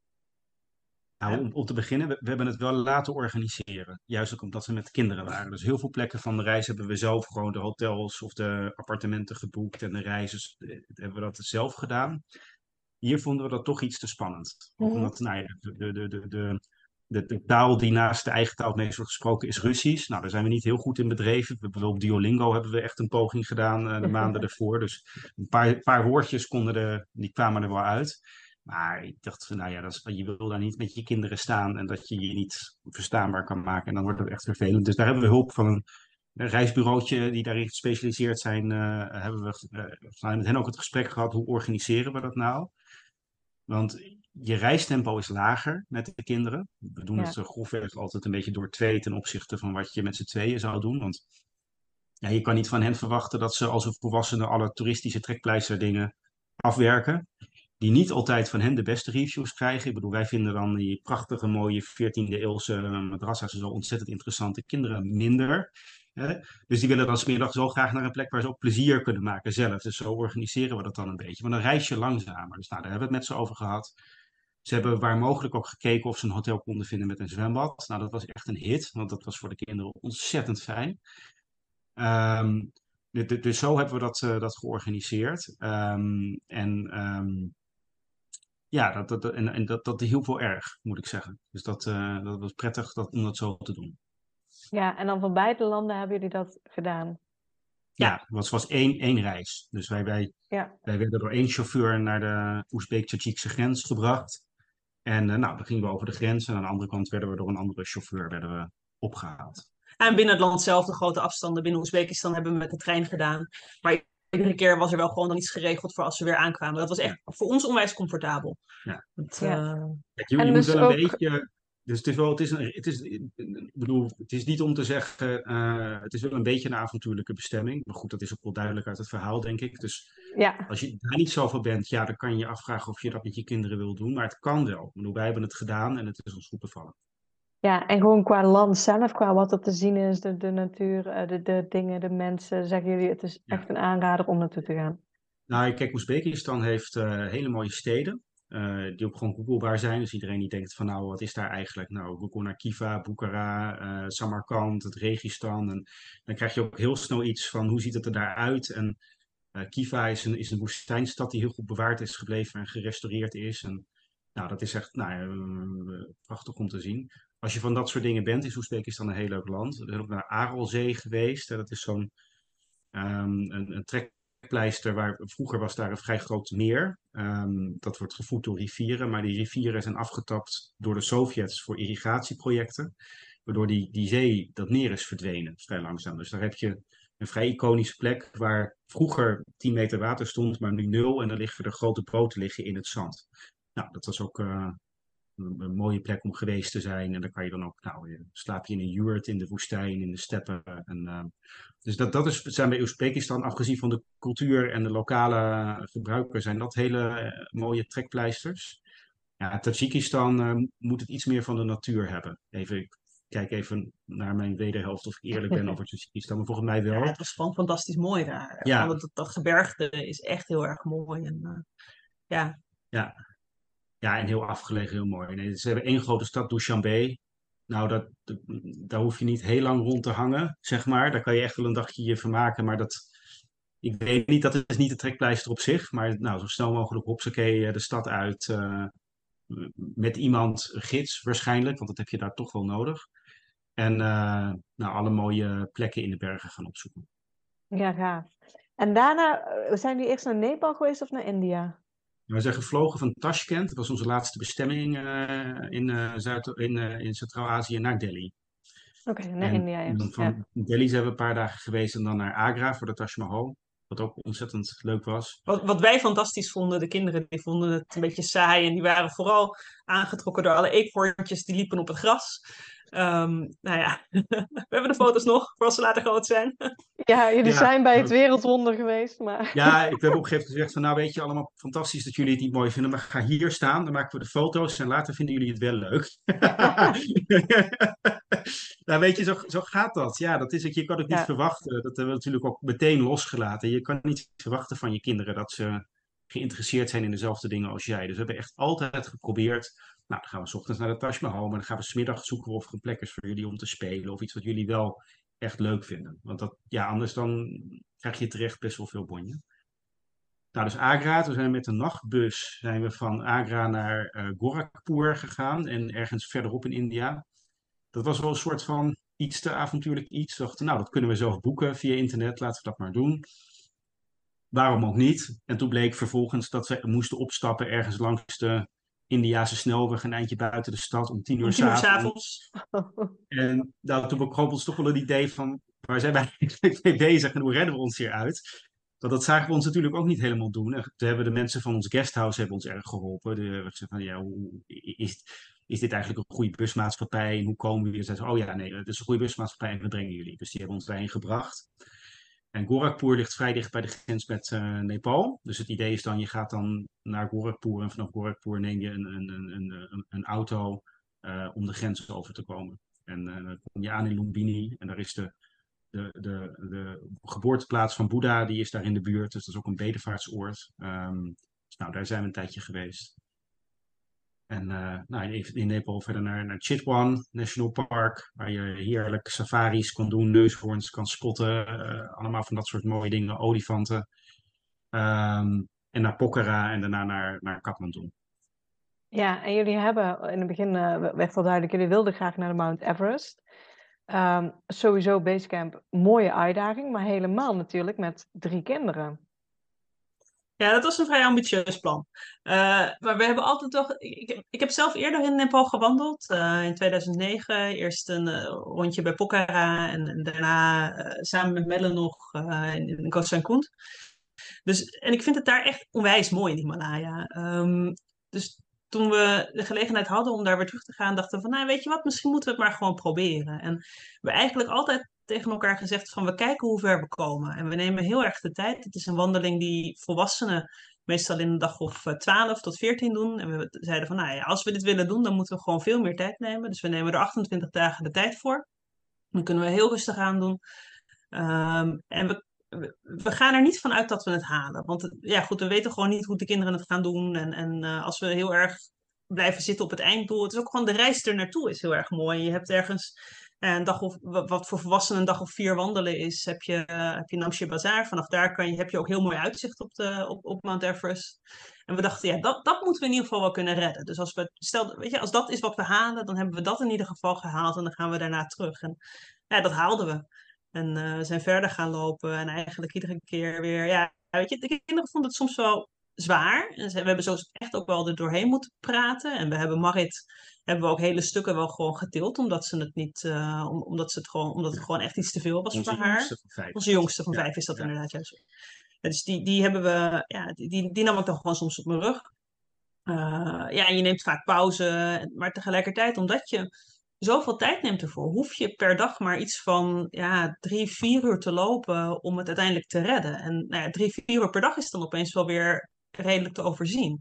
Nou, om, om te beginnen, we, we hebben het wel laten organiseren. Juist ook omdat we met kinderen waren. Dus heel veel plekken van de reis hebben we zelf gewoon de hotels of de appartementen geboekt. En de reizen eh, hebben we dat zelf gedaan. Hier vonden we dat toch iets te spannend. Ook Mhm. omdat nou ja, de, de, de, de, de, de, de taal die naast de eigen taal het meest wordt gesproken is Russisch. Nou, daar zijn we niet heel goed in bedreven. We hebben op Duolingo hebben we echt een poging gedaan uh, de maanden ervoor. Dus een paar, paar woordjes konden er, die kwamen er wel uit. Maar ik dacht, van, nou ja, dat is, je wil daar niet met je kinderen staan en dat je je niet verstaanbaar kan maken. En dan wordt het echt vervelend. Dus daar hebben we hulp van een, een reisbureautje die daarin gespecialiseerd zijn. Uh, hebben we uh, met hen ook het gesprek gehad, hoe organiseren we dat nou? Want je reistempo is lager met de kinderen. We doen het Ja. zo grofweg altijd een beetje door twee ten opzichte van wat je met z'n tweeën zou doen. Want ja, je kan niet van hen verwachten dat ze als een volwassene alle toeristische trekpleisterdingen afwerken. Die niet altijd van hen de beste reviews krijgen. Ik bedoel, wij vinden dan die prachtige, mooie veertiende eeuwse madrassa's zo ontzettend interessante. Kinderen minder. Hè? Dus die willen dan 's middags zo graag naar een plek waar ze ook plezier kunnen maken zelf. Dus zo organiseren we dat dan een beetje. Maar dan reis je langzamer. Dus nou, daar hebben we het met ze over gehad. Ze hebben waar mogelijk ook gekeken of ze een hotel konden vinden met een zwembad. Nou, dat was echt een hit, want dat was voor de kinderen ontzettend fijn. Um, dus, dus zo hebben we dat, uh, dat georganiseerd. Um, en um, ja, dat, dat, en, en dat, dat hielp wel erg, moet ik zeggen. Dus dat, uh, dat was prettig dat, om dat zo te doen. Ja, en dan van beide landen hebben jullie dat gedaan? Ja, het was, was één, één reis. Dus wij, wij, Ja. wij werden door één chauffeur naar de Oezbeek-Tajikse grens gebracht. En uh, nou, dan gingen we over de grens. En aan de andere kant werden we door een andere chauffeur werden we opgehaald. En binnen het land zelf, de grote afstanden binnen Oezbekistan, hebben we met de trein gedaan. Maar iedere keer was er wel gewoon dan iets geregeld voor als we weer aankwamen. Dat was echt Ja. voor ons onwijs comfortabel. Ja. Het, Ja. uh... Kijk, je, En je moet dus wel een ook... beetje. Dus het is wel, het is, een, het is, ik bedoel, het is niet om te zeggen, uh, het is wel een beetje een avontuurlijke bestemming. Maar goed, dat is ook wel duidelijk uit het verhaal, denk ik. Dus Ja. als je daar niet zoveel bent, ja, dan kan je je afvragen of je dat met je kinderen wil doen. Maar het kan wel. Ik bedoel, wij hebben het gedaan en het is ons goed bevallen. Ja, en gewoon qua land zelf, qua wat er te zien is, de, de natuur, uh, de, de dingen, de mensen, zeggen jullie, het is Ja. echt een aanrader om naartoe te gaan. Nou, kijk, Oezbekistan heeft uh, hele mooie steden. Uh, die ook gewoon googlebaar zijn. Dus iedereen die denkt van nou, wat is daar eigenlijk? Nou, Google naar Khiva, Bukhara, uh, Samarkand, het Registan. En dan krijg je ook heel snel iets van hoe ziet het er daar uit? En uh, Khiva is een, is een woestijnstad die heel goed bewaard is gebleven en gerestaureerd is. En nou, dat is echt nou, uh, prachtig om te zien. Als je van dat soort dingen bent, is Oezbekistan een heel leuk land. We zijn ook naar Aralzee geweest. Dat is zo'n um, een, een trek pleister waar vroeger was daar een vrij groot meer. Um, dat wordt gevoed door rivieren, maar die rivieren zijn afgetapt door de Sovjets voor irrigatieprojecten, waardoor die, die zee, dat meer is verdwenen, vrij langzaam. Dus daar heb je een vrij iconische plek waar vroeger tien meter water stond, maar nu nul en dan liggen er grote boten liggen in het zand. Nou, dat was ook uh, een, een mooie plek om geweest te zijn. En dan kan je dan ook, nou, je, slaap je in een yurt in de woestijn, in de steppen. En, uh, dus dat, dat is, zijn bij Oezbekistan, afgezien van de cultuur en de lokale gebruikers, zijn dat hele uh, mooie trekpleisters. Ja, Tajikistan uh, moet het iets meer van de natuur hebben. Even, ik kijk even naar mijn wederhelft of ik eerlijk ben over Tajikistan, maar volgens mij wel. Ja, het was gewoon fantastisch mooi daar. Ja. Dat, dat gebergte is echt heel erg mooi. En, uh, ja. Ja. Ja, en heel afgelegen, heel mooi. Nee, ze hebben één grote stad, Dushanbe. Nou, dat, dat, daar hoef je niet heel lang rond te hangen, zeg maar. Daar kan je echt wel een dagje je vermaken, maar dat, ik weet niet, dat is niet de trekpleister op zich, maar nou, zo snel mogelijk hopsakee de stad uit uh, met iemand, een gids waarschijnlijk, want dat heb je daar toch wel nodig. En uh, nou, alle mooie plekken in de bergen gaan opzoeken. Ja, gaaf. En daarna, zijn jullie eerst naar Nepal geweest of naar India? We zijn gevlogen van Tashkent, dat was onze laatste bestemming uh, in, uh, Zuid- in, uh, in Centraal-Azië, naar Delhi. Oké, okay, naar en India dan eerst. van Ja. Delhi zijn we een paar dagen geweest en dan naar Agra voor de Taj Mahal. Wat ook ontzettend leuk was. Wat, wat wij fantastisch vonden, de kinderen, die vonden het een beetje saai. En die waren vooral aangetrokken door alle eekhoorntjes die liepen op het gras. Um, nou ja, we hebben de foto's nog, voor als ze later groot zijn. Ja, jullie Ja, zijn bij het ook. wereldwonder geweest, maar... Ja, ik heb op een gegeven moment gezegd van nou weet je allemaal fantastisch dat jullie het niet mooi vinden, maar ga hier staan, dan maken we de foto's en later vinden jullie het wel leuk. Nou weet je, zo, zo gaat dat. Ja, dat is het. Je kan het niet Ja. verwachten. Dat hebben we natuurlijk ook meteen losgelaten. Je kan niet verwachten van je kinderen dat ze geïnteresseerd zijn in dezelfde dingen als jij. Dus we hebben echt altijd geprobeerd. Nou, dan gaan we 's ochtends naar de Taj Mahal, maar dan gaan we 's middags zoeken of er een plek is voor jullie om te spelen of iets wat jullie wel echt leuk vinden. Want dat, ja, anders dan krijg je terecht best wel veel bonje. Nou, dus Agra, we zijn met een nachtbus zijn we van Agra naar uh, Gorakhpur gegaan en ergens verderop in India. Dat was wel een soort van iets te avontuurlijk iets. We dachten, nou, dat kunnen we zelf boeken via internet, laten we dat maar doen. Waarom ook niet? En toen bleek vervolgens dat we moesten opstappen ergens langs de Indiase snelweg, een eindje buiten de stad, om tien uur Om tien uur 's s'avonds. avonds. En nou, toen bekromp ons toch wel het idee van, waar zijn wij eigenlijk mee bezig en hoe redden we ons hier uit? Want dat zagen we ons natuurlijk ook niet helemaal doen. En toen hebben de mensen van ons guesthouse hebben ons erg geholpen. De, ze van, ja, hoe, is, is dit eigenlijk een goede busmaatschappij? En hoe komen we hier? Zeiden ze, oh ja, nee, het is een goede busmaatschappij en we brengen jullie. Dus die hebben ons daarheen gebracht. En Gorakhpur ligt vrij dicht bij de grens met uh, Nepal. Dus het idee is dan, je gaat dan naar Gorakhpur en vanaf Gorakhpur neem je een, een, een, een, een auto uh, om de grens over te komen. En uh, dan kom je aan in Lumbini en daar is de, de, de, de geboorteplaats van Boeddha, die is daar in de buurt. Dus dat is ook een bedevaartsoord. Um, dus nou, daar zijn we een tijdje geweest. En uh, nou, in, in Nepal verder naar, naar Chitwan National Park, waar je heerlijk safaris kan doen, neushoorns kan spotten, uh, allemaal van dat soort mooie dingen, olifanten. Um, en naar Pokhara en daarna naar, naar Kathmandu. Ja, en jullie hebben, in het begin uh, werd al duidelijk, jullie wilden graag naar de Mount Everest. Um, sowieso Basecamp, mooie uitdaging, maar helemaal natuurlijk met drie kinderen. Ja, dat was een vrij ambitieus plan. Uh, maar we hebben altijd toch... Ik, ik heb zelf eerder in Nepal gewandeld. Uh, in tweeduizend negen. Eerst een uh, rondje bij Pokhara. En, en daarna uh, samen met Melle nog uh, in, in Koh Sankund. Dus, en ik vind het daar echt onwijs mooi in Himalaya. Um, dus toen we de gelegenheid hadden om daar weer terug te gaan, dachten we van, nou weet je wat, misschien moeten we het maar gewoon proberen. En we hebben eigenlijk altijd tegen elkaar gezegd van, we kijken hoe ver we komen. En we nemen heel erg de tijd. Het is een wandeling die volwassenen meestal in een dag of twaalf tot veertien doen. En we zeiden van, nou ja, als we dit willen doen, dan moeten we gewoon veel meer tijd nemen. Dus we nemen er achtentwintig dagen de tijd voor. Dan kunnen we heel rustig aan doen. Um, en we We gaan er niet van uit dat we het halen. Want ja, goed, we weten gewoon niet hoe de kinderen het gaan doen. En, en uh, als we heel erg blijven zitten op het einddoel. Het is ook gewoon de reis er naartoe is heel erg mooi. Je hebt ergens uh, een dag of, wat voor volwassenen een dag of vier wandelen is. Heb je, uh, heb je Namche Bazaar. Vanaf daar kan je, heb je ook heel mooi uitzicht op, de, op, op Mount Everest. En we dachten, ja, dat, dat moeten we in ieder geval wel kunnen redden. Dus als, we, stel, weet je, als dat is wat we halen, dan hebben we dat in ieder geval gehaald. En dan gaan we daarna terug. En ja, dat haalden we. En uh, we zijn verder gaan lopen en eigenlijk iedere keer weer, ja, weet je, de kinderen vonden het soms wel zwaar. En ze, we hebben zo echt ook wel er doorheen moeten praten. En we hebben Marit, hebben we ook hele stukken wel gewoon getild, omdat ze het niet, uh, om, omdat ze het gewoon, omdat het gewoon echt iets te veel was Onze voor haar. Jongste van vijf. Onze jongste van ja, vijf is dat ja. inderdaad juist. Ja, dus die, die hebben we, ja, die, die, die nam ik dan gewoon soms op mijn rug. Uh, ja, en je neemt vaak pauze, maar tegelijkertijd, omdat je zoveel tijd neemt ervoor, hoef je per dag maar iets van ja, drie, vier uur te lopen om het uiteindelijk te redden. En nou ja, drie, vier uur per dag is dan opeens wel weer redelijk te overzien.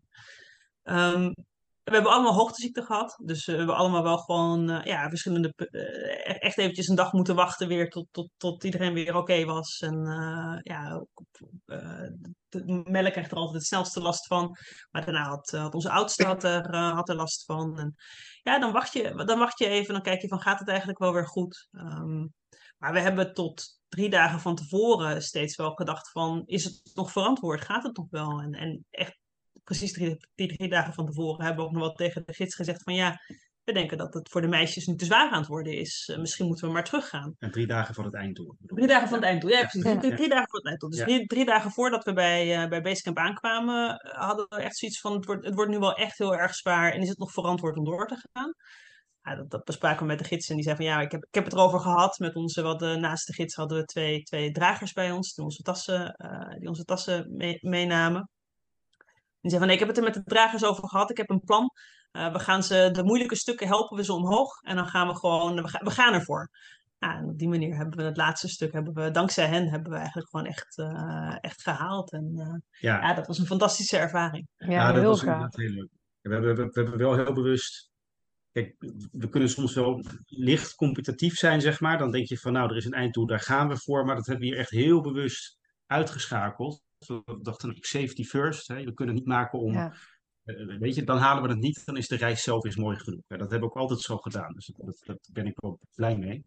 Um, we hebben allemaal hoogteziekte gehad, dus we hebben allemaal wel gewoon uh, ja, verschillende, uh, echt eventjes een dag moeten wachten weer tot, tot, tot iedereen weer oké okay was. En uh, ja, uh, de Melle krijgt er altijd het snelste last van, maar daarna had, had onze oudste had er, uh, had er last van. En ja, dan wacht, je, dan wacht je even, dan kijk je van gaat het eigenlijk wel weer goed. Um, maar we hebben tot drie dagen van tevoren steeds wel gedacht van, is het nog verantwoord? Gaat het nog wel? En, en echt precies drie, die drie dagen van tevoren hebben we ook nog wel tegen de gids gezegd van ja, we denken dat het voor de meisjes nu te zwaar aan het worden is. Uh, misschien moeten we maar teruggaan. En drie dagen van het einddoel. Drie dagen van het einddoel, ja precies. Ja. Drie, drie dagen voor het einddoel. Dus Ja. drie, drie dagen voordat we bij, uh, bij Basecamp aankwamen, hadden we echt zoiets van, het wordt, het wordt nu wel echt heel erg zwaar en is het nog verantwoord om door te gaan? Ja, dat, dat bespraken we met de gids en die zei van ja, ik heb, ik heb het erover gehad met onze, wat de, naast de gids hadden we twee, twee dragers bij ons, die onze tassen, uh, die onze tassen mee, meenamen. Die zei van nee, ik heb het er met de dragers over gehad, ik heb een plan. Uh, we gaan ze, de moeilijke stukken helpen we ze omhoog en dan gaan we gewoon, we, ga, we gaan ervoor. Ja, en op die manier hebben we het laatste stuk, hebben we, dankzij hen, hebben we eigenlijk gewoon echt, uh, echt gehaald. En uh, ja. ja, dat was een fantastische ervaring. Ja, Ja, dat heel was gaaf. inderdaad heel leuk. We hebben, we, we hebben wel heel bewust. Kijk, we kunnen soms wel licht competitief zijn, zeg maar. Dan denk je van, nou, er is een einddoel, daar gaan we voor. Maar dat hebben we hier echt heel bewust uitgeschakeld. We dachten, safety first. Hè. We kunnen het niet maken om... Ja. Uh, weet je, dan halen we het niet, dan is de reis zelf eens mooi genoeg. Ja, dat hebben we ook altijd zo gedaan. Dus dat, dat ben ik wel blij mee.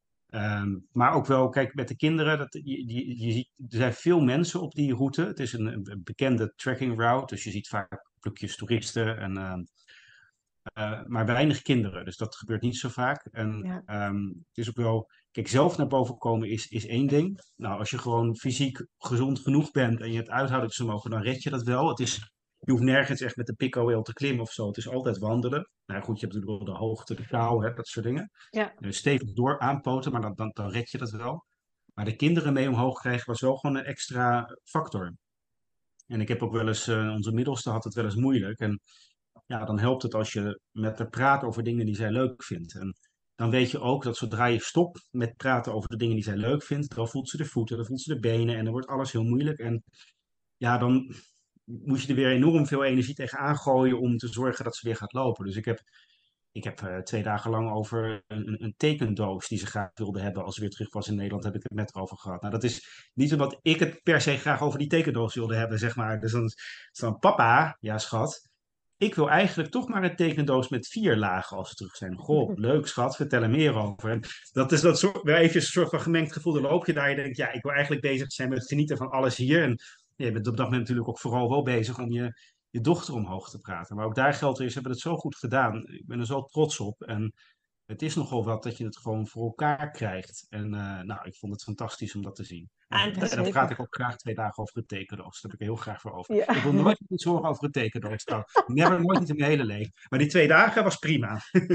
Um, maar ook wel, kijk, met de kinderen, dat, je, je, je ziet, er zijn veel mensen op die route. Het is een, een bekende trekking route, dus je ziet vaak plukjes toeristen, en, uh, uh, maar weinig kinderen. Dus dat gebeurt niet zo vaak. En ja. um, het is ook wel, kijk, zelf naar boven komen is, is één ding. Nou, als je gewoon fysiek gezond genoeg bent en je hebt uithoudingsvermogen, dan red je dat wel. Het is... Je hoeft nergens echt met de pico-wheel te klimmen of zo. Het is altijd wandelen. Nou goed, je hebt natuurlijk wel de hoogte, de kou, hè, dat soort dingen. Ja. Dus stevig door aanpoten, maar dan, dan, dan red je dat wel. Maar de kinderen mee omhoog krijgen was wel gewoon een extra factor. En ik heb ook wel eens, uh, onze middelste had het wel eens moeilijk. En ja, dan helpt het als je met haar praat over dingen die zij leuk vindt. En dan weet je ook dat zodra je stopt met praten over de dingen die zij leuk vindt, dan voelt ze de voeten, dan voelt ze de benen en dan wordt alles heel moeilijk. En ja, dan moet je er weer enorm veel energie tegenaan gooien om te zorgen dat ze weer gaat lopen. Dus ik heb, ik heb uh, twee dagen lang over een, een tekendoos die ze graag wilde hebben als ze weer terug was in Nederland, heb ik het met over gehad. Nou, dat is niet omdat ik het per se graag over die tekendoos wilde hebben, zeg maar. Dus dan is dan papa, ja schat, ik wil eigenlijk toch maar een tekendoos met vier lagen als ze terug zijn. Goh, leuk schat, vertel er meer over. En dat is dat soort, weer even een soort van gemengd gevoel. Dan loop je daar en je denkt, ja, ik wil eigenlijk bezig zijn met het genieten van alles hier. En je bent op dat moment natuurlijk ook vooral wel bezig om je, je dochter omhoog te praten. Maar ook daar geldt er, ze hebben het zo goed gedaan. Ik ben er zo trots op. En het is nogal wat dat je het gewoon voor elkaar krijgt. En uh, nou, ik vond het fantastisch om dat te zien. Ja, en, en dan praat ik ook graag twee dagen over het tekendoos. Daar heb ik er heel graag voor over. Ja. Ik wil nooit iets horen over het tekendoos. Nou, never, nooit niet in mijn hele leven. Maar die twee dagen was prima.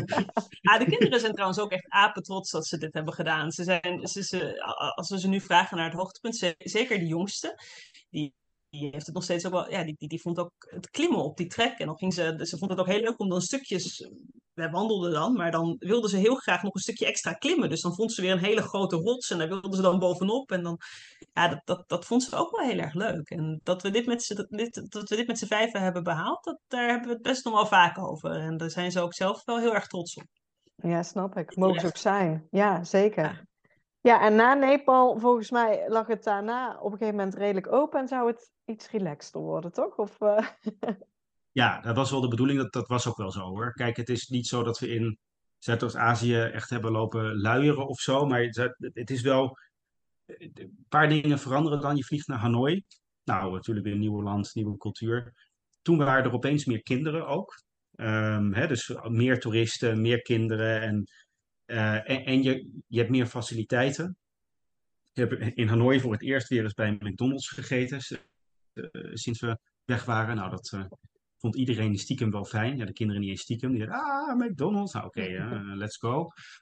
Ah, de kinderen zijn trouwens ook echt apetrots dat ze dit hebben gedaan. Ze zijn, ze, ze, als we ze nu vragen naar het hoogtepunt, zeker de jongste, die, die heeft het nog steeds ook wel, ja, die, die, die vond ook het klimmen op die trek. En dan ging ze, ze vond het ook heel leuk om dan stukjes, wij wandelden dan, maar dan wilde ze heel graag nog een stukje extra klimmen. Dus dan vond ze weer een hele grote rots en daar wilde ze dan bovenop. En dan, ja, dat, dat, dat vond ze ook wel heel erg leuk. En dat we dit met z'n, dit, dat we dit met z'n vijven hebben behaald, dat, daar hebben we het best nog wel vaak over. En daar zijn ze ook zelf wel heel erg trots op. Ja, snap ik. Mogen ze ook zijn. Ja, zeker. Ja. Ja, en na Nepal, volgens mij lag het daarna op een gegeven moment redelijk open en zou het iets relaxter worden, toch? Of, uh... Ja, dat was wel de bedoeling. Dat, dat was ook wel zo hoor. Kijk, het is niet zo dat we in Zuidoost-Azië echt hebben lopen luieren of zo. Maar het, het is wel... Een paar dingen veranderen dan. Je vliegt naar Hanoi. Nou, natuurlijk weer een nieuw land, nieuwe cultuur. Toen waren er opeens meer kinderen ook. Um, hè, dus meer toeristen, meer kinderen. En, uh, en, en je, je hebt meer faciliteiten. Je hebt in Hanoi voor het eerst weer eens bij McDonald's gegeten. Uh, sinds we weg waren. Nou, dat... Uh, vond iedereen stiekem wel fijn. Ja, de kinderen niet eens stiekem. Die zeiden, ah, McDonald's. Nou, oké, okay, uh, let's go.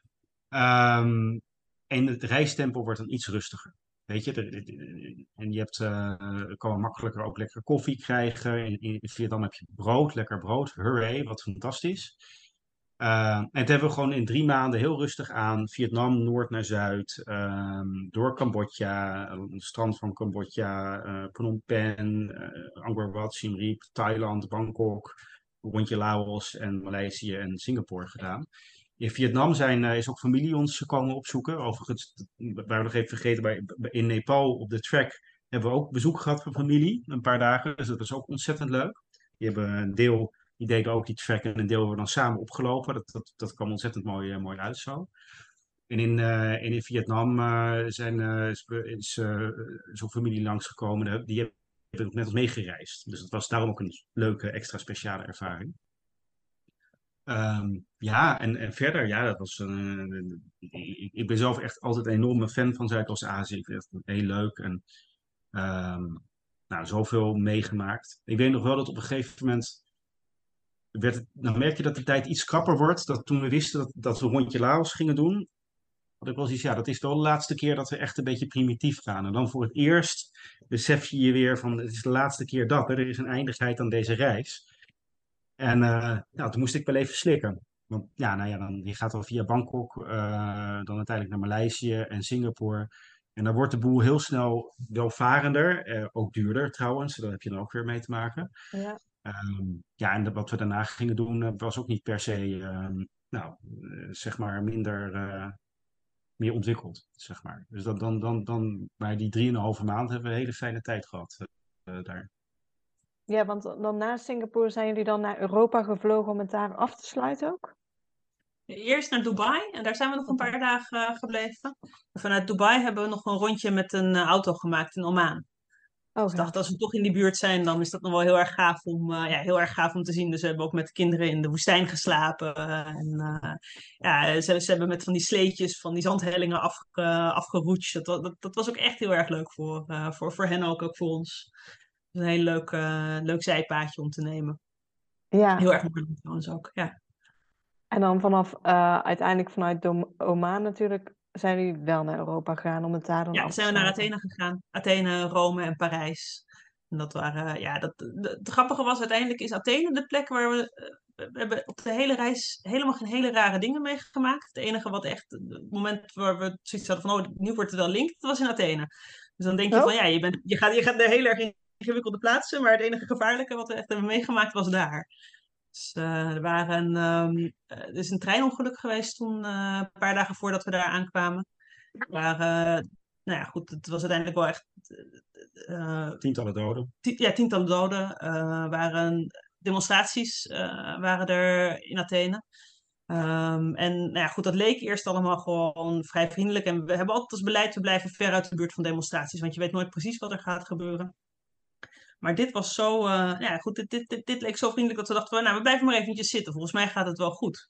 Um, en het reistempo wordt dan iets rustiger. Weet je, de, de, de, en je hebt, uh, kan makkelijker ook lekker koffie krijgen. In, in Vietnam heb je brood, lekker brood. Hurray, wat fantastisch. Uh, en het hebben we gewoon in drie maanden heel rustig aan. Vietnam, noord naar zuid. Um, door Cambodja, het strand van Cambodja, uh, Phnom Penh, uh, Angkor Wat, Siem Reap, Thailand, Bangkok, rondje Laos en Maleisië en Singapore gedaan. In Vietnam zijn, uh, is ook familie ons komen opzoeken. Overigens, we waren nog even vergeten, bij, in Nepal op de track hebben we ook bezoek gehad van familie, een paar dagen. Dus dat is ook ontzettend leuk. Die hebben een deel... Die deden ook die track en een deel hebben we dan samen opgelopen. Dat, dat, dat kwam ontzettend mooi, uh, mooi uit zo. En in, uh, en in Vietnam uh, zijn, uh, is, is uh, zo'n familie langsgekomen. Die hebben met ons meegereisd. Dus het was daarom ook een leuke, extra speciale ervaring. Um, ja, en, en verder, ja, dat was een. Ik, ik ben zelf echt altijd een enorme fan van Zuidoost-Azië. Ik vind het heel leuk en um, nou, zoveel meegemaakt. Ik weet nog wel dat op een gegeven moment werd het, dan merk je dat de tijd iets krapper wordt. Dat toen we wisten dat, dat we een rondje Laos gingen doen, had ik wel zoiets, ja, dat is wel de laatste keer dat we echt een beetje primitief gaan. En dan voor het eerst besef je je weer van, het is de laatste keer dat, hè, er is een eindigheid aan deze reis. En uh, nou, toen moest ik wel even slikken. Want ja, nou ja, dan, je gaat dan via Bangkok, uh, dan uiteindelijk naar Maleisië en Singapore. En dan wordt de boel heel snel welvarender, uh, ook duurder trouwens. Daar heb je dan ook weer mee te maken. Ja. Um, ja, en de, wat we daarna gingen doen, uh, was ook niet per se, um, nou, uh, zeg maar, minder, uh, meer ontwikkeld, zeg maar. Dus dan, dan, dan, dan bij die drieënhalve maand hebben we een hele fijne tijd gehad uh, daar. Ja, want dan na Singapore zijn jullie dan naar Europa gevlogen om het daar af te sluiten ook? Eerst naar Dubai en daar zijn we nog een paar dagen uh, gebleven. Vanuit Dubai hebben we nog een rondje met een uh, auto gemaakt in Oman. Oh, dus ik dacht, als we toch in die buurt zijn, dan is dat nog wel heel erg gaaf om, uh, ja, heel erg gaaf om te zien. Dus we hebben ook met de kinderen in de woestijn geslapen. Uh, en uh, ja, ze, ze hebben met van die sleetjes, van die zandhellingen afge, uh, afgeroetst. Dat, dat, dat was ook echt heel erg leuk voor, uh, voor, voor hen ook, ook voor ons. Dus een heel leuk, uh, leuk zijpaadje om te nemen. Ja. Heel erg mooi trouwens ook, ja. En dan vanaf, uh, uiteindelijk vanuit Dom- Oman natuurlijk, zijn jullie wel naar Europa gegaan om het daar dan Ja, af te zijn we naar sluiten? Athene gegaan. Athene, Rome en Parijs. En dat waren, ja, dat, de, het grappige was uiteindelijk is Athene de plek waar we, uh, we hebben op de hele reis helemaal geen hele rare dingen meegemaakt. Het enige wat echt, het moment waar we zoiets hadden van, oh, nu wordt het wel link, dat was in Athene. Dus dan denk je Oh? van, ja, je, bent, je, gaat, je gaat naar heel erg ingewikkelde plaatsen, maar het enige gevaarlijke wat we echt hebben meegemaakt was daar. Dus uh, er waren, um, uh, er is een treinongeluk geweest toen, uh, een paar dagen voordat we daar aankwamen. Waar, uh, nou ja, goed, het was uiteindelijk wel echt... Uh, tientallen doden. Tien, ja, tientallen doden. Uh, waren demonstraties uh, waren er in Athene. Um, en nou ja, goed, dat leek eerst allemaal gewoon vrij vriendelijk. En we hebben altijd als beleid te blijven ver uit de buurt van demonstraties. Want je weet nooit precies wat er gaat gebeuren. Maar dit was zo... Uh, ja, goed, dit, dit, dit, dit leek zo vriendelijk dat we dachten... Nou, we blijven maar eventjes zitten. Volgens mij gaat het wel goed.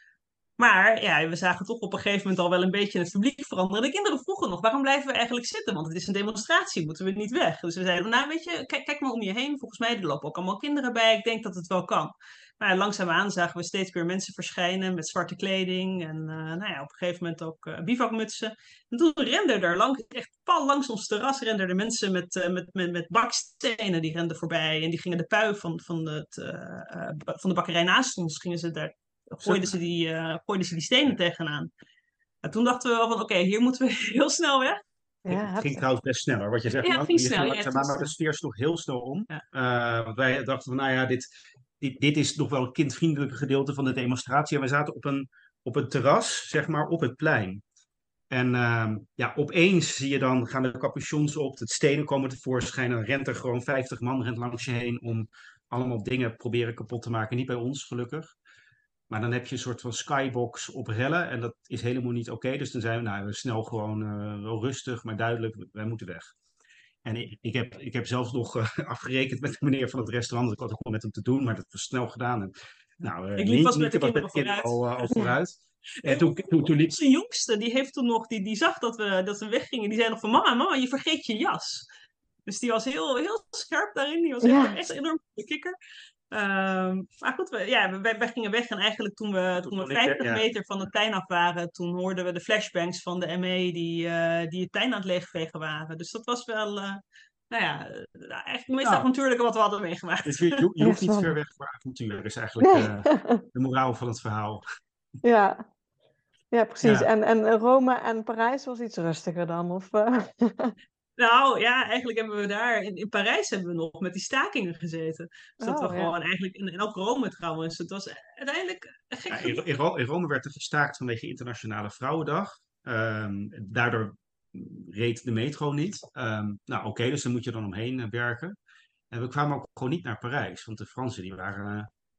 Maar ja, we zagen toch op een gegeven moment al wel een beetje het publiek veranderen. De kinderen vroegen nog, waarom blijven we eigenlijk zitten? Want het is een demonstratie, moeten we niet weg? Dus we zeiden, nou weet je, kijk, kijk maar om je heen. Volgens mij er lopen ook allemaal kinderen bij. Ik denk dat het wel kan. Maar ja, langzaamaan zagen we steeds meer mensen verschijnen met zwarte kleding. En uh, nou ja, op een gegeven moment ook uh, bivakmutsen. En toen renden er langs, echt pal langs ons terras, renden er mensen met, uh, met, met, met bakstenen. Die renden voorbij en die gingen de pui van, van, het, uh, uh, van de bakkerij naast ons, gingen ze daar... Gooiden ze, die, uh, gooiden ze die stenen tegenaan. En toen dachten we wel van, oké, okay, hier moeten we heel snel weg. Ja, het ging trouwens best sneller. Wat je zegt, ja, nou, het ging je snel. ging Ja, langzaam aan, maar de sfeer sloeg heel snel om. Ja. Uh, want wij dachten van, nou ja, dit, dit, dit is nog wel een kindvriendelijke gedeelte van de demonstratie. En wij zaten op een, op een terras, zeg maar, op het plein. En uh, ja, opeens zie je dan, gaan de capuchons op, de stenen komen tevoorschijn. En dan rent er gewoon vijftig man rent langs je heen om allemaal dingen proberen kapot te maken. Niet bij ons, gelukkig. Maar dan heb je een soort van skybox op rellen en dat is helemaal niet oké. Okay. Dus dan zijn we, nou, we snel gewoon uh, wel rustig, maar duidelijk, wij moeten weg. En ik, ik, heb, ik heb zelfs nog uh, afgerekend met de meneer van het restaurant. Ik had ook wel met hem te doen, maar dat was snel gedaan. En, nou, uh, ik liep niet, vast niet met de kinderen kinderen vooruit. Al, uh, al vooruit. En toen, toen, toen liep... Onze jongste, die heeft toen nog, die, die zag dat we, dat we weggingen. Die zei nog van, mama, mama, je vergeet je jas. Dus die was heel, heel scherp daarin. Die was echt, Ja. echt enorm de kikker. Um, maar goed, we, ja, wij, wij gingen weg en eigenlijk toen we, toen we vijftig ja. meter van het plein af waren, toen hoorden we de flashbangs van de M E die, uh, die het plein aan het leegvegen waren. Dus dat was wel, uh, nou ja, eigenlijk het meest nou, avontuurlijke wat we hadden meegemaakt. Dus je, je, je hoeft niet ver weg voor avontuur, dat is eigenlijk nee. uh, de moraal van het verhaal. Ja, ja precies. Ja. En, en Rome en Parijs was iets rustiger dan? Of, uh... Nou ja, eigenlijk hebben we daar, in, in Parijs hebben we nog met die stakingen gezeten. Dus dat oh, we ja. gewoon eigenlijk, en ook Rome trouwens, het was uiteindelijk gek. Ja, in, in, in Rome werd er gestaakt vanwege Internationale Vrouwendag. Um, daardoor reed de metro niet. Um, nou oké, okay, dus daar moet je dan omheen uh, werken. En we kwamen ook gewoon niet naar Parijs, want de Fransen die waren... Uh,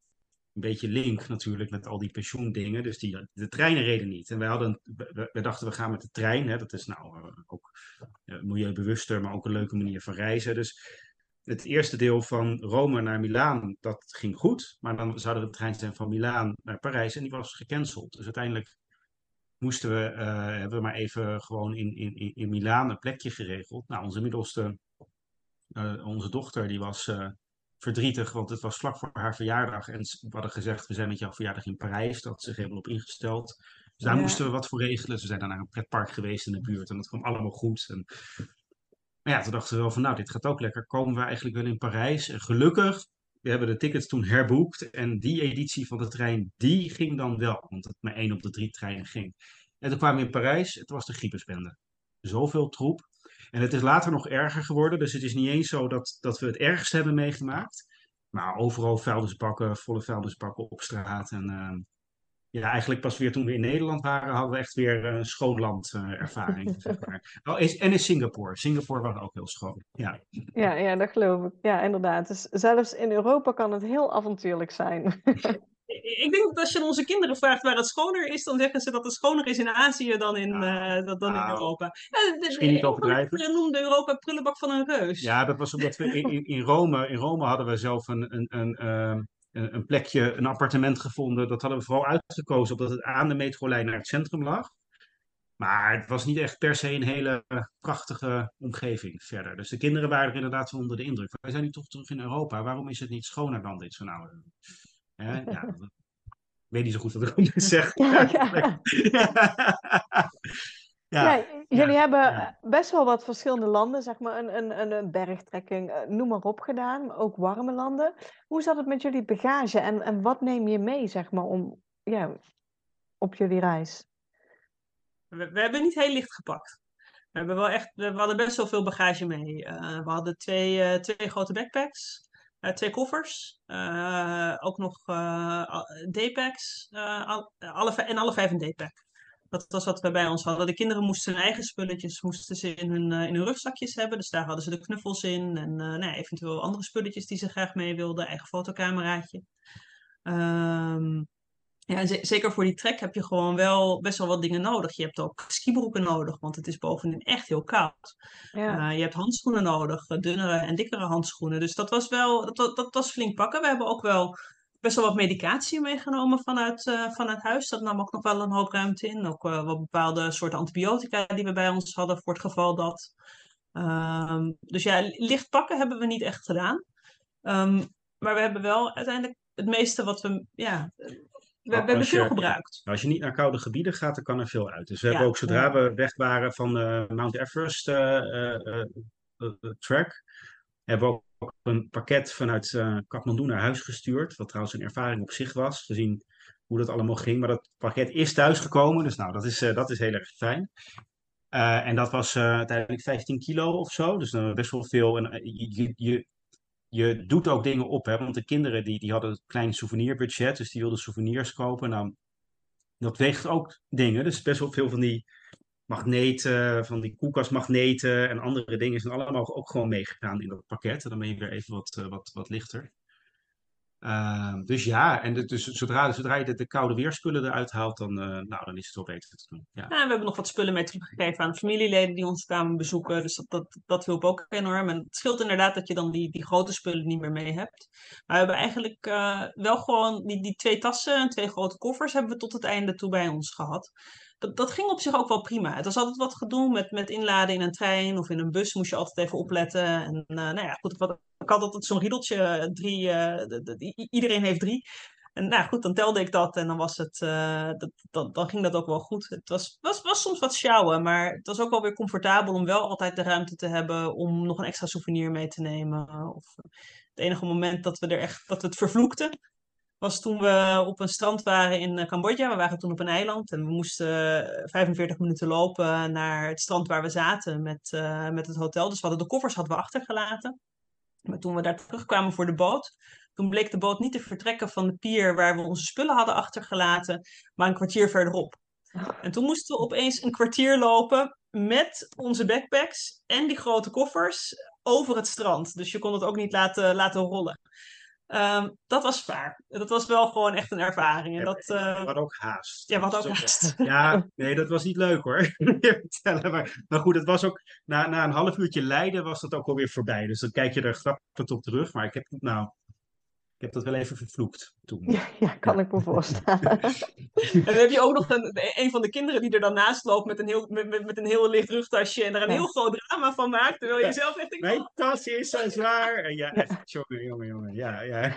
een beetje link natuurlijk met al die pensioendingen. Dus die, de treinen reden niet. En wij, hadden, we, we dachten, we gaan met de trein. Hè. Dat is nou uh, ook uh, milieubewuster, maar ook een leuke manier van reizen. Dus het eerste deel van Rome naar Milaan, dat ging goed. Maar dan zouden we de trein zijn van Milaan naar Parijs en die was gecanceld. Dus uiteindelijk moesten we, uh, hebben we maar even gewoon in, in, in Milaan een plekje geregeld. Nou, onze middelste, uh, onze dochter, die was uh, verdrietig, want het was vlak voor haar verjaardag. En we hadden gezegd, we zijn met jouw verjaardag in Parijs. Dat had zich helemaal op ingesteld. Dus daar Ja. moesten we wat voor regelen. Dus we zijn dan naar een pretpark geweest in de buurt en dat kwam allemaal goed. En, maar ja, toen dachten we wel van, nou, dit gaat ook lekker. Komen we eigenlijk wel in Parijs? En gelukkig, we hebben de tickets toen herboekt. En die editie van de trein, die ging dan wel. Want het maar één op de drie treinen ging. En toen kwamen we in Parijs. Het was de Griepesbende. Zoveel troep. En het is later nog erger geworden. Dus het is niet eens zo dat, dat we het ergste hebben meegemaakt. Maar overal vuilnisbakken, volle vuilnisbakken op straat. En uh, ja, eigenlijk pas weer toen we in Nederland waren, hadden we echt weer een uh, schoonland uh, ervaring. Zeg maar. Oh, is, en in Singapore. Singapore was ook heel schoon. Ja. Ja, ja, dat geloof ik. Ja, inderdaad. Dus zelfs in Europa kan het heel avontuurlijk zijn. Ik denk dat als je aan onze kinderen vraagt waar het schoner is, dan zeggen ze dat het schoner is in Azië dan in, Ja. uh, dan in Nou, Europa. Ja, de, misschien niet de, overdrijven. noemde Europa prullenbak van een reus. Ja, dat was omdat we in, in, in Rome, in Rome hadden we zelf een, een, een, uh, een plekje, een appartement gevonden. Dat hadden we vooral uitgekozen omdat het aan de metrolijn naar het centrum lag. Maar het was niet echt per se een hele prachtige omgeving verder. Dus de kinderen waren er inderdaad wel onder de indruk. Wij zijn nu toch terug in Europa. Waarom is het niet schoner dan dit? Zo nou, hè? Ja, ik weet niet zo goed wat ik moet zeggen. Ja, ja. Ja, Ja, jullie ja, hebben ja. best wel wat verschillende landen, zeg maar, een, een, een, een bergtrekking, eh, noem maar op gedaan, maar ook warme landen. Hoe zat het met jullie bagage en, en wat neem je mee, zeg maar, om, ja, op jullie reis? We, we hebben niet heel licht gepakt. We, hebben wel echt, we hadden best wel veel bagage mee. Uh, we hadden twee, uh, twee grote backpacks, uh, twee koffers, uh, ook nog uh, daypacks, uh, al, alle, en alle vijf een daypack. Dat was wat we bij ons hadden. De kinderen moesten hun eigen spulletjes moesten ze in, hun, uh, in hun rugzakjes hebben. Dus daar hadden ze de knuffels in. En uh, nou ja, eventueel andere spulletjes die ze graag mee wilden. Eigen fotocameraatje. Um, ja, en z- zeker voor die trek heb je gewoon wel best wel wat dingen nodig. Je hebt ook skibroeken nodig, want het is bovenin echt heel koud. Ja, Uh, je hebt handschoenen nodig, uh, dunnere en dikkere handschoenen. Dus dat was wel, dat, dat, dat was flink pakken. We hebben ook wel best wel wat medicatie meegenomen vanuit, uh, vanuit huis. Dat nam ook nog wel een hoop ruimte in. Ook uh, wat bepaalde soorten antibiotica die we bij ons hadden voor het geval dat. Um, dus ja, licht pakken hebben we niet echt gedaan. Um, maar we hebben wel uiteindelijk het meeste wat we, ja, we, we hebben Als veel je, gebruikt. als je niet naar koude gebieden gaat, dan kan er veel uit. Dus we Ja, hebben ook, zodra ja. we weg waren van de Mount Everest uh, uh, uh, uh, track, hebben we ook een pakket vanuit uh, Kathmandu naar huis gestuurd. Wat trouwens een ervaring op zich was, gezien hoe dat allemaal ging. Maar dat pakket is thuisgekomen, dus nou, dat is, uh, dat is heel erg fijn. Uh, en dat was uh, uiteindelijk vijftien kilo of zo, dus uh, best wel veel. En uh, je, je, je doet ook dingen op, hè? Want de kinderen die, die hadden een klein souvenirbudget, dus die wilden souvenirs kopen. Nou, dat weegt ook dingen. Dus best wel veel van die magneten, van die koelkastmagneten en andere dingen zijn allemaal ook gewoon meegegaan in dat pakket. En dan ben je weer even wat, uh, wat, wat lichter. Uh, dus ja, en de, dus zodra, zodra je de, de koude weerspullen eruit haalt, dan, uh, nou, dan is het wel beter te doen. Ja. Ja, we hebben nog wat spullen mee teruggegeven aan familieleden die ons kwamen bezoeken. Dus dat, dat, dat hielp ook enorm. En het scheelt inderdaad dat je dan die, die grote spullen niet meer mee hebt. Maar we hebben eigenlijk uh, wel gewoon die, die twee tassen en twee grote koffers hebben we tot het einde toe bij ons gehad. Dat, dat ging op zich ook wel prima. Het was altijd wat gedoe met, met inladen in een trein of in een bus. Moest je altijd even opletten. En uh, nou ja, goed, wat, ik had altijd zo'n riedeltje. Drie, uh, de, de, de, iedereen heeft drie. En nou goed, dan telde ik dat en dan was het, uh, dat, dat, dan ging dat ook wel goed. Het was, was, was soms wat sjouwen, maar het was ook wel weer comfortabel om wel altijd de ruimte te hebben om nog een extra souvenir mee te nemen. Of, het enige moment dat we er echt, dat we het vervloekten, was toen we op een strand waren in Cambodja. We waren toen op een eiland en we moesten vijfenveertig minuten lopen naar het strand waar we zaten met, uh, met het hotel. Dus we hadden de koffers hadden we achtergelaten. Maar toen we daar terugkwamen voor de boot, toen bleek de boot niet te vertrekken van de pier waar we onze spullen hadden achtergelaten, maar een kwartier verderop. En toen moesten we opeens een kwartier lopen met onze backpacks en die grote koffers over het strand. Dus je kon het ook niet laten, laten rollen. Um, dat was zwaar. Dat was wel gewoon echt een ervaring. En En, dat, en we uh, hadden ook haast. ja, we hadden Dat ook is haast. Ja, nee, dat was niet leuk hoor. vertellen. Maar, maar goed, het was ook na, na een half uurtje lijden was dat ook alweer voorbij. Dus dan kijk je er grappig op terug. Maar ik heb, nou, ik heb dat wel even vervloekt toen. Ja, ja kan Ja. ik me voorstellen. En dan heb je ook nog een, een van de kinderen die er dan naast loopt met een heel, met, met, met een heel licht rugtasje en er een Ja. heel groot drama van maakt. Terwijl je zelf echt denkt, Mijn oh, tas is zo zwaar. En ja, Ja. echt, jongen, jongen, jongen. Ja, ja.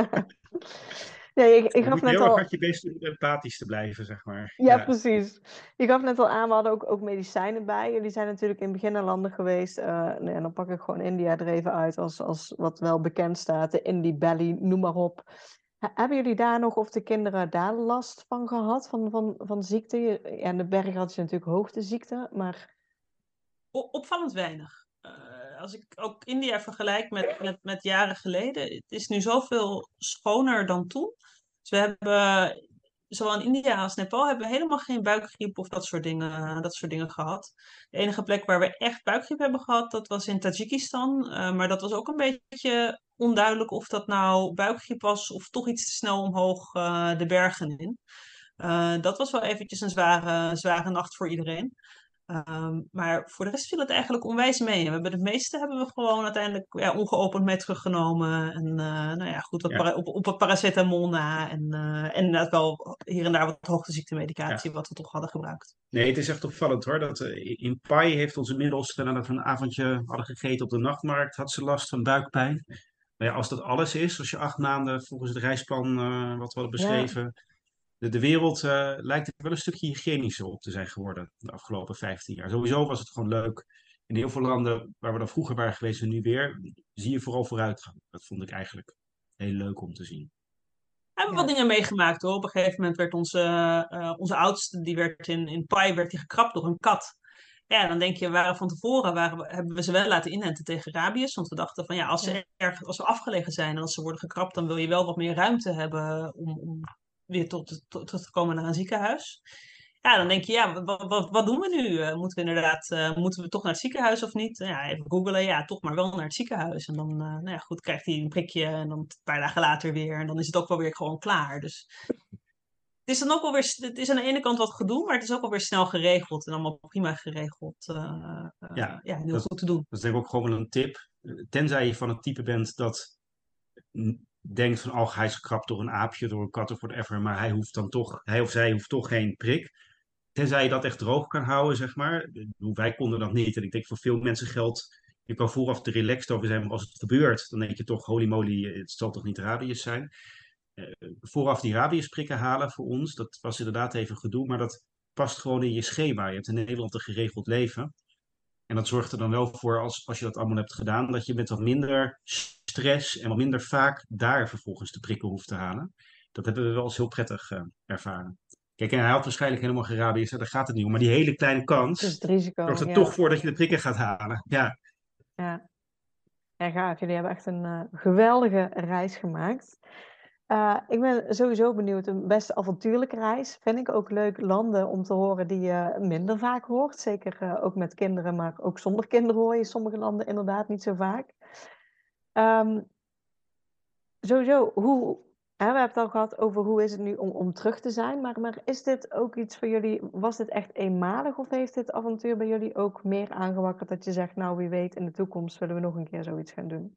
Nee, ik, ik Dan gaf moet je net heel erg al. hard je best doen om empathisch te blijven, zeg maar. Ja, Ja, precies. Je gaf net al aan, we hadden ook, ook medicijnen bij. Jullie zijn natuurlijk in het begin naar landen geweest. eh, nee, en dan pak ik gewoon India er even uit als, als wat wel bekend staat. De Indie Belly, noem maar op. He- Hebben jullie daar nog, of de kinderen daar last van gehad, van, van, van ziekte? Je- Ja, in de bergen had je natuurlijk hoogteziekte, maar o- opvallend weinig. Uh, als ik ook India vergelijk met, met, met jaren geleden, het is nu zoveel schoner dan toen. Dus we hebben, zowel in India als Nepal, hebben we helemaal geen buikgriep of dat soort dingen, dat soort dingen gehad. De enige plek waar we echt buikgriep hebben gehad, dat was in Tajikistan. Uh, maar dat was ook een beetje onduidelijk of dat nou buikgriep was of toch iets te snel omhoog uh, de bergen in. Uh, dat was wel eventjes een zware, zware nacht voor iedereen. Um, maar voor de rest viel het eigenlijk onwijs mee. En we hebben het meeste hebben we gewoon uiteindelijk ja, ongeopend mee teruggenomen. En uh, nou ja, goed, wat ja, para- op, op wat paracetamol na. En, uh, en inderdaad wel hier en daar wat ja. hoogteziektmedicatie, wat we toch hadden gebruikt. Nee, het is echt opvallend hoor. Dat, uh, in Pai heeft onze middelste, nadat we een avondje hadden gegeten op de nachtmarkt, had ze last van buikpijn. Maar ja, als dat alles is, als je acht maanden volgens het reisplan uh, wat we hadden ja. beschreven, de, de wereld uh, lijkt er wel een stukje hygiënischer op te zijn geworden de afgelopen vijftien jaar. Sowieso was het gewoon leuk. In heel veel landen waar we dan vroeger waren geweest en nu weer, zie je vooral vooruitgang. Dat vond ik eigenlijk heel leuk om te zien. We hebben Ja. wat dingen meegemaakt hoor. Op een gegeven moment werd onze, uh, onze oudste, die werd in, in Pai, werd die gekrapt door een kat. Ja, dan denk je, we waren van tevoren waren we, hebben we ze wel laten inenten tegen rabies. Want we dachten van ja, als ze Ja. erg, als we afgelegen zijn en als ze worden gekrapt, dan wil je wel wat meer ruimte hebben om, om weer tot, tot, terug te komen naar een ziekenhuis. Ja, dan denk je, ja, wat, wat, wat doen we nu? Uh, moeten we inderdaad, uh, moeten we toch naar het ziekenhuis of niet? Ja, even googelen, ja, toch maar wel naar het ziekenhuis. En dan, uh, nou ja, goed, krijgt hij een prikje en dan een paar dagen later weer. En dan is het ook wel weer gewoon klaar. Dus het is dan ook wel weer, het is aan de ene kant wat gedoe, maar het is ook wel weer snel geregeld en allemaal prima geregeld. Uh, uh, Ja, ja, heel dat, goed te doen. dat is denk ik ook gewoon wel een tip. Tenzij je van het type bent dat denkt van, oh, hij is gekrapt door een aapje, door een kat of whatever, maar hij hoeft dan toch, hij of zij hoeft toch geen prik. Tenzij je dat echt droog kan houden, zeg maar. Wij konden dat niet. En ik denk voor veel mensen geldt, je kan vooraf te relaxed over zijn, maar als het gebeurt, dan denk je toch, holy moly, het zal toch niet rabies zijn. Uh, vooraf die rabiesprikken halen voor ons, dat was inderdaad even gedoe, maar dat past gewoon in je schema. Je hebt in Nederland een geregeld leven. En dat zorgt er dan wel voor, als, als je dat allemaal hebt gedaan, dat je met wat minder stress en wat minder vaak daar vervolgens de prikken hoeft te halen. Dat hebben we wel eens heel prettig uh, ervaren. Kijk, en hij had waarschijnlijk helemaal geen rabies, daar gaat het niet om. Maar die hele kleine Het is kans het risico, zorgt er ja. toch voor dat je de prikken gaat halen. Ja, Ja, ja gaaf. Jullie hebben echt een uh, geweldige reis gemaakt. Uh, ik ben sowieso benieuwd. Een best avontuurlijke reis. Vind ik ook leuk landen om te horen die je minder vaak hoort. Zeker uh, ook met kinderen, maar ook zonder kinderen hoor je sommige landen inderdaad niet zo vaak. Um, sowieso, hoe, hè, we hebben het al gehad over hoe is het nu om, om terug te zijn. Maar, maar is dit ook iets voor jullie, was dit echt eenmalig of heeft dit avontuur bij jullie ook meer aangewakkerd dat je zegt, nou wie weet in de toekomst willen we nog een keer zoiets gaan doen?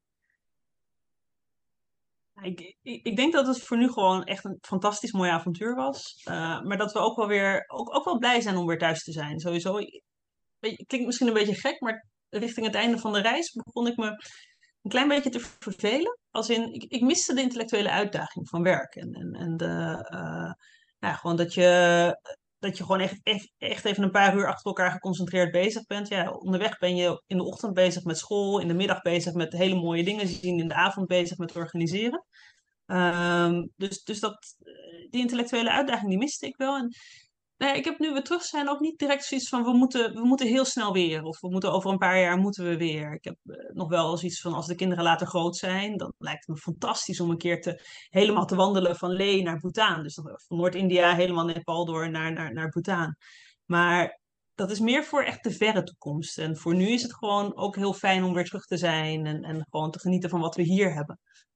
Ik, ik, ik denk dat het voor nu gewoon echt een fantastisch mooi avontuur was. Uh, maar dat we ook wel weer ook, ook wel blij zijn om weer thuis te zijn. Sowieso, het klinkt misschien een beetje gek, maar richting het einde van de reis begon ik me een klein beetje te vervelen. Als in, ik, ik miste de intellectuele uitdaging van werk. En, en, en de, uh, nou, gewoon dat je, dat je gewoon echt, echt, echt even een paar uur achter elkaar geconcentreerd bezig bent. Ja, onderweg ben je in de ochtend bezig met school, in de middag bezig met hele mooie dingen zien, in de avond bezig met organiseren. Um, dus dus dat, die intellectuele uitdaging die miste ik wel. En nou ja, ik heb nu we terug zijn ook niet direct zoiets van we moeten, we moeten heel snel weer. Of we moeten over een paar jaar moeten we weer. Ik heb uh, nog wel zoiets van als de kinderen later groot zijn, dan lijkt het me fantastisch om een keer te, helemaal te wandelen van Leh naar Bhutan. Dus van Noord-India helemaal Nepal door naar, naar, naar Bhutan. Maar dat is meer voor echt de verre toekomst. En voor nu is het gewoon ook heel fijn om weer terug te zijn en, en gewoon te genieten van wat we hier hebben.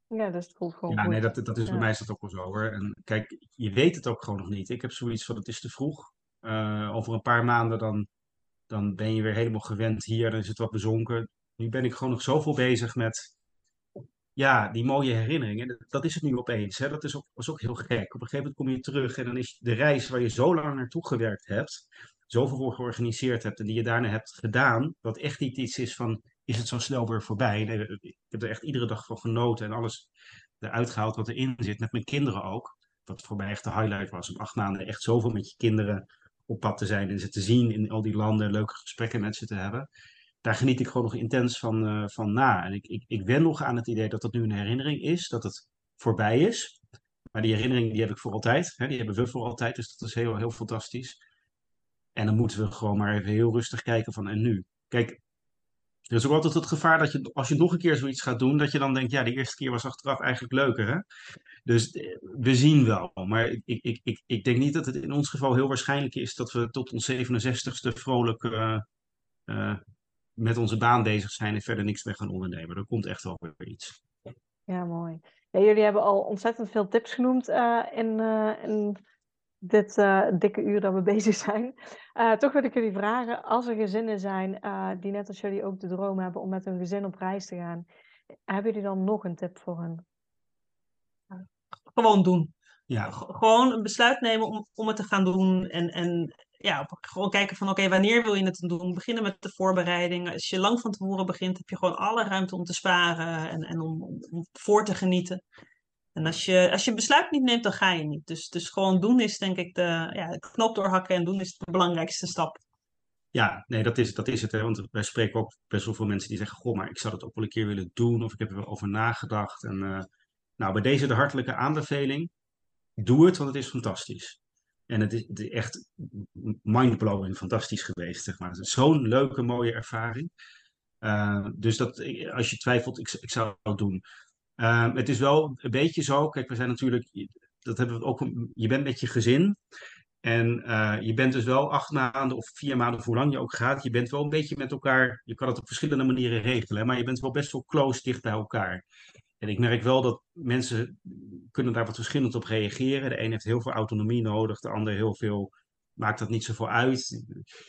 Ja, dus het voelt gewoon Ja, goed. nee, dat, dat is bij Ja. mij is dat ook wel zo hoor. En kijk, je weet het ook gewoon nog niet. Ik heb zoiets van, het is te vroeg. Eh, over een paar maanden dan, dan ben je weer helemaal gewend hier, dan is het wat bezonken. Nu ben ik gewoon nog zoveel bezig met, ja, die mooie herinneringen. Dat, dat is het nu opeens. Hè? Dat is ook, was ook heel gek. Op een gegeven moment kom je terug en dan is de reis waar je zo lang naartoe gewerkt hebt, zoveel voor georganiseerd hebt en die je daarna hebt gedaan, dat echt niet iets is van, is het zo snel weer voorbij? Nee, ik heb er echt iedere dag van genoten en alles eruit gehaald wat erin zit, met mijn kinderen ook. Wat voor mij echt de highlight was, om acht maanden echt zoveel met je kinderen op pad te zijn en ze te zien in al die landen, leuke gesprekken met ze te hebben. Daar geniet ik gewoon nog intens van, uh, van na. En ik, ik, ik wen nog aan het idee dat dat nu een herinnering is, dat het voorbij is. Maar die herinnering die heb ik voor altijd. Hè, die hebben we voor altijd, dus dat is heel, heel fantastisch. En dan moeten we gewoon maar even heel rustig kijken van en nu. Kijk, er is ook altijd het gevaar dat je, als je nog een keer zoiets gaat doen, dat je dan denkt, ja, de eerste keer was achteraf eigenlijk leuker, hè? Dus eh, we zien wel. Maar ik, ik, ik, ik denk niet dat het in ons geval heel waarschijnlijk is dat we tot ons zevenenzestigste vrolijk uh, uh, met onze baan bezig zijn en verder niks meer gaan ondernemen. Er komt echt wel weer iets. Ja, mooi. Ja, jullie hebben al ontzettend veel tips genoemd uh, in, uh, in dit uh, dikke uur dat we bezig zijn. Uh, toch wil ik jullie vragen, als er gezinnen zijn uh, die net als jullie ook de droom hebben om met hun gezin op reis te gaan, hebben jullie dan nog een tip voor hen? Gewoon doen. Ja. G- gewoon een besluit nemen om, om het te gaan doen. En, en ja, gewoon kijken van oké, okay, wanneer wil je het doen? Beginnen met de voorbereiding. Als je lang van tevoren begint, heb je gewoon alle ruimte om te sparen en, en om, om, om voor te genieten. En als je, als je een besluit niet neemt, dan ga je niet. Dus, dus gewoon doen is denk ik de, ja, de knoop doorhakken en doen is de belangrijkste stap. Ja, nee, dat is, dat is het. Hè? Want wij spreken ook best wel veel mensen die zeggen, goh, maar ik zou dat ook wel een keer willen doen. Of ik heb er wel over nagedacht. En uh, nou, bij deze de hartelijke aanbeveling. Doe het, want het is fantastisch. En het is, het is echt mindblowing fantastisch geweest, zeg maar. Het is zo'n leuke, mooie ervaring. Uh, dus dat, als je twijfelt, ik, ik zou het doen. Uh, het is wel een beetje zo, kijk, we zijn natuurlijk, dat hebben we ook, je bent met je gezin. En uh, je bent dus wel acht maanden of vier maanden, of hoe lang je ook gaat, je bent wel een beetje met elkaar, je kan het op verschillende manieren regelen, hè, maar je bent wel best wel close dicht bij elkaar. En ik merk wel dat mensen kunnen daar wat verschillend op reageren. De een heeft heel veel autonomie nodig, de ander heel veel, maakt dat niet zoveel uit.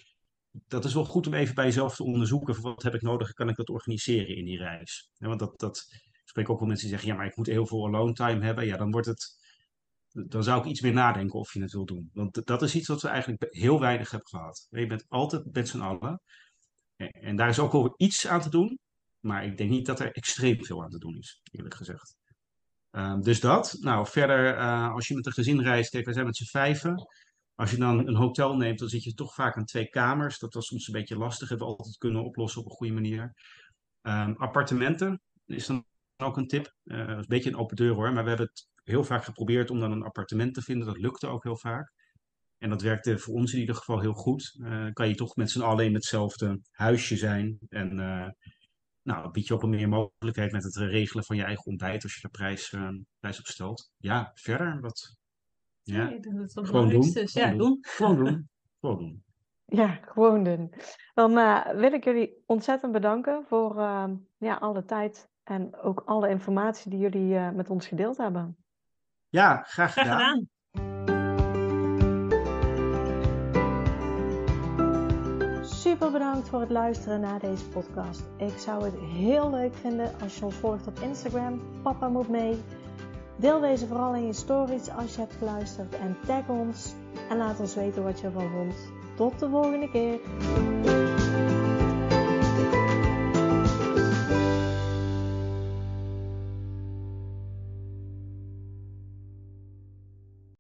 Dat is wel goed om even bij jezelf te onderzoeken, wat heb ik nodig, kan ik dat organiseren in die reis. Ja, want dat, dat ik spreek ook wel mensen die zeggen, ja, maar ik moet heel veel alone time hebben. Ja, dan wordt het, dan zou ik iets meer nadenken of je het wil doen. Want dat is iets wat we eigenlijk heel weinig hebben gehad. Je bent altijd met z'n allen. En daar is ook wel iets aan te doen. Maar ik denk niet dat er extreem veel aan te doen is, eerlijk gezegd. Um, dus dat. Nou, verder, uh, als je met een gezin reist, kijk, wij zijn met z'n vijven. Als je dan een hotel neemt, dan zit je toch vaak aan twee kamers. Dat was soms een beetje lastig. Hebben we altijd kunnen oplossen op een goede manier. Um, appartementen is dan ook een tip. Uh, dat is een beetje een open deur hoor. Maar we hebben het heel vaak geprobeerd om dan een appartement te vinden. Dat lukte ook heel vaak. En dat werkte voor ons in ieder geval heel goed. Uh, kan je toch met z'n allen in hetzelfde huisje zijn. En uh, nou, dat biedt je ook wel meer mogelijkheid met het regelen van je eigen ontbijt. Als je er prijs, uh, prijs op stelt. Ja, verder. Wat, ja. Nee, dat is het Gewoon doen. is. Gewoon Ja, doen. doen. Gewoon doen. Gewoon doen. Ja, gewoon doen. Dan uh, wil ik jullie ontzettend bedanken voor uh, ja, alle tijd en ook alle informatie die jullie uh, met ons gedeeld hebben. Ja, graag gedaan. Graag gedaan. Super bedankt voor het luisteren naar deze podcast. Ik zou het heel leuk vinden als je ons volgt op Instagram. Papa moet mee. Deel deze vooral in je stories als je hebt geluisterd en tag ons. En laat ons weten wat je ervan vond. Tot de volgende keer.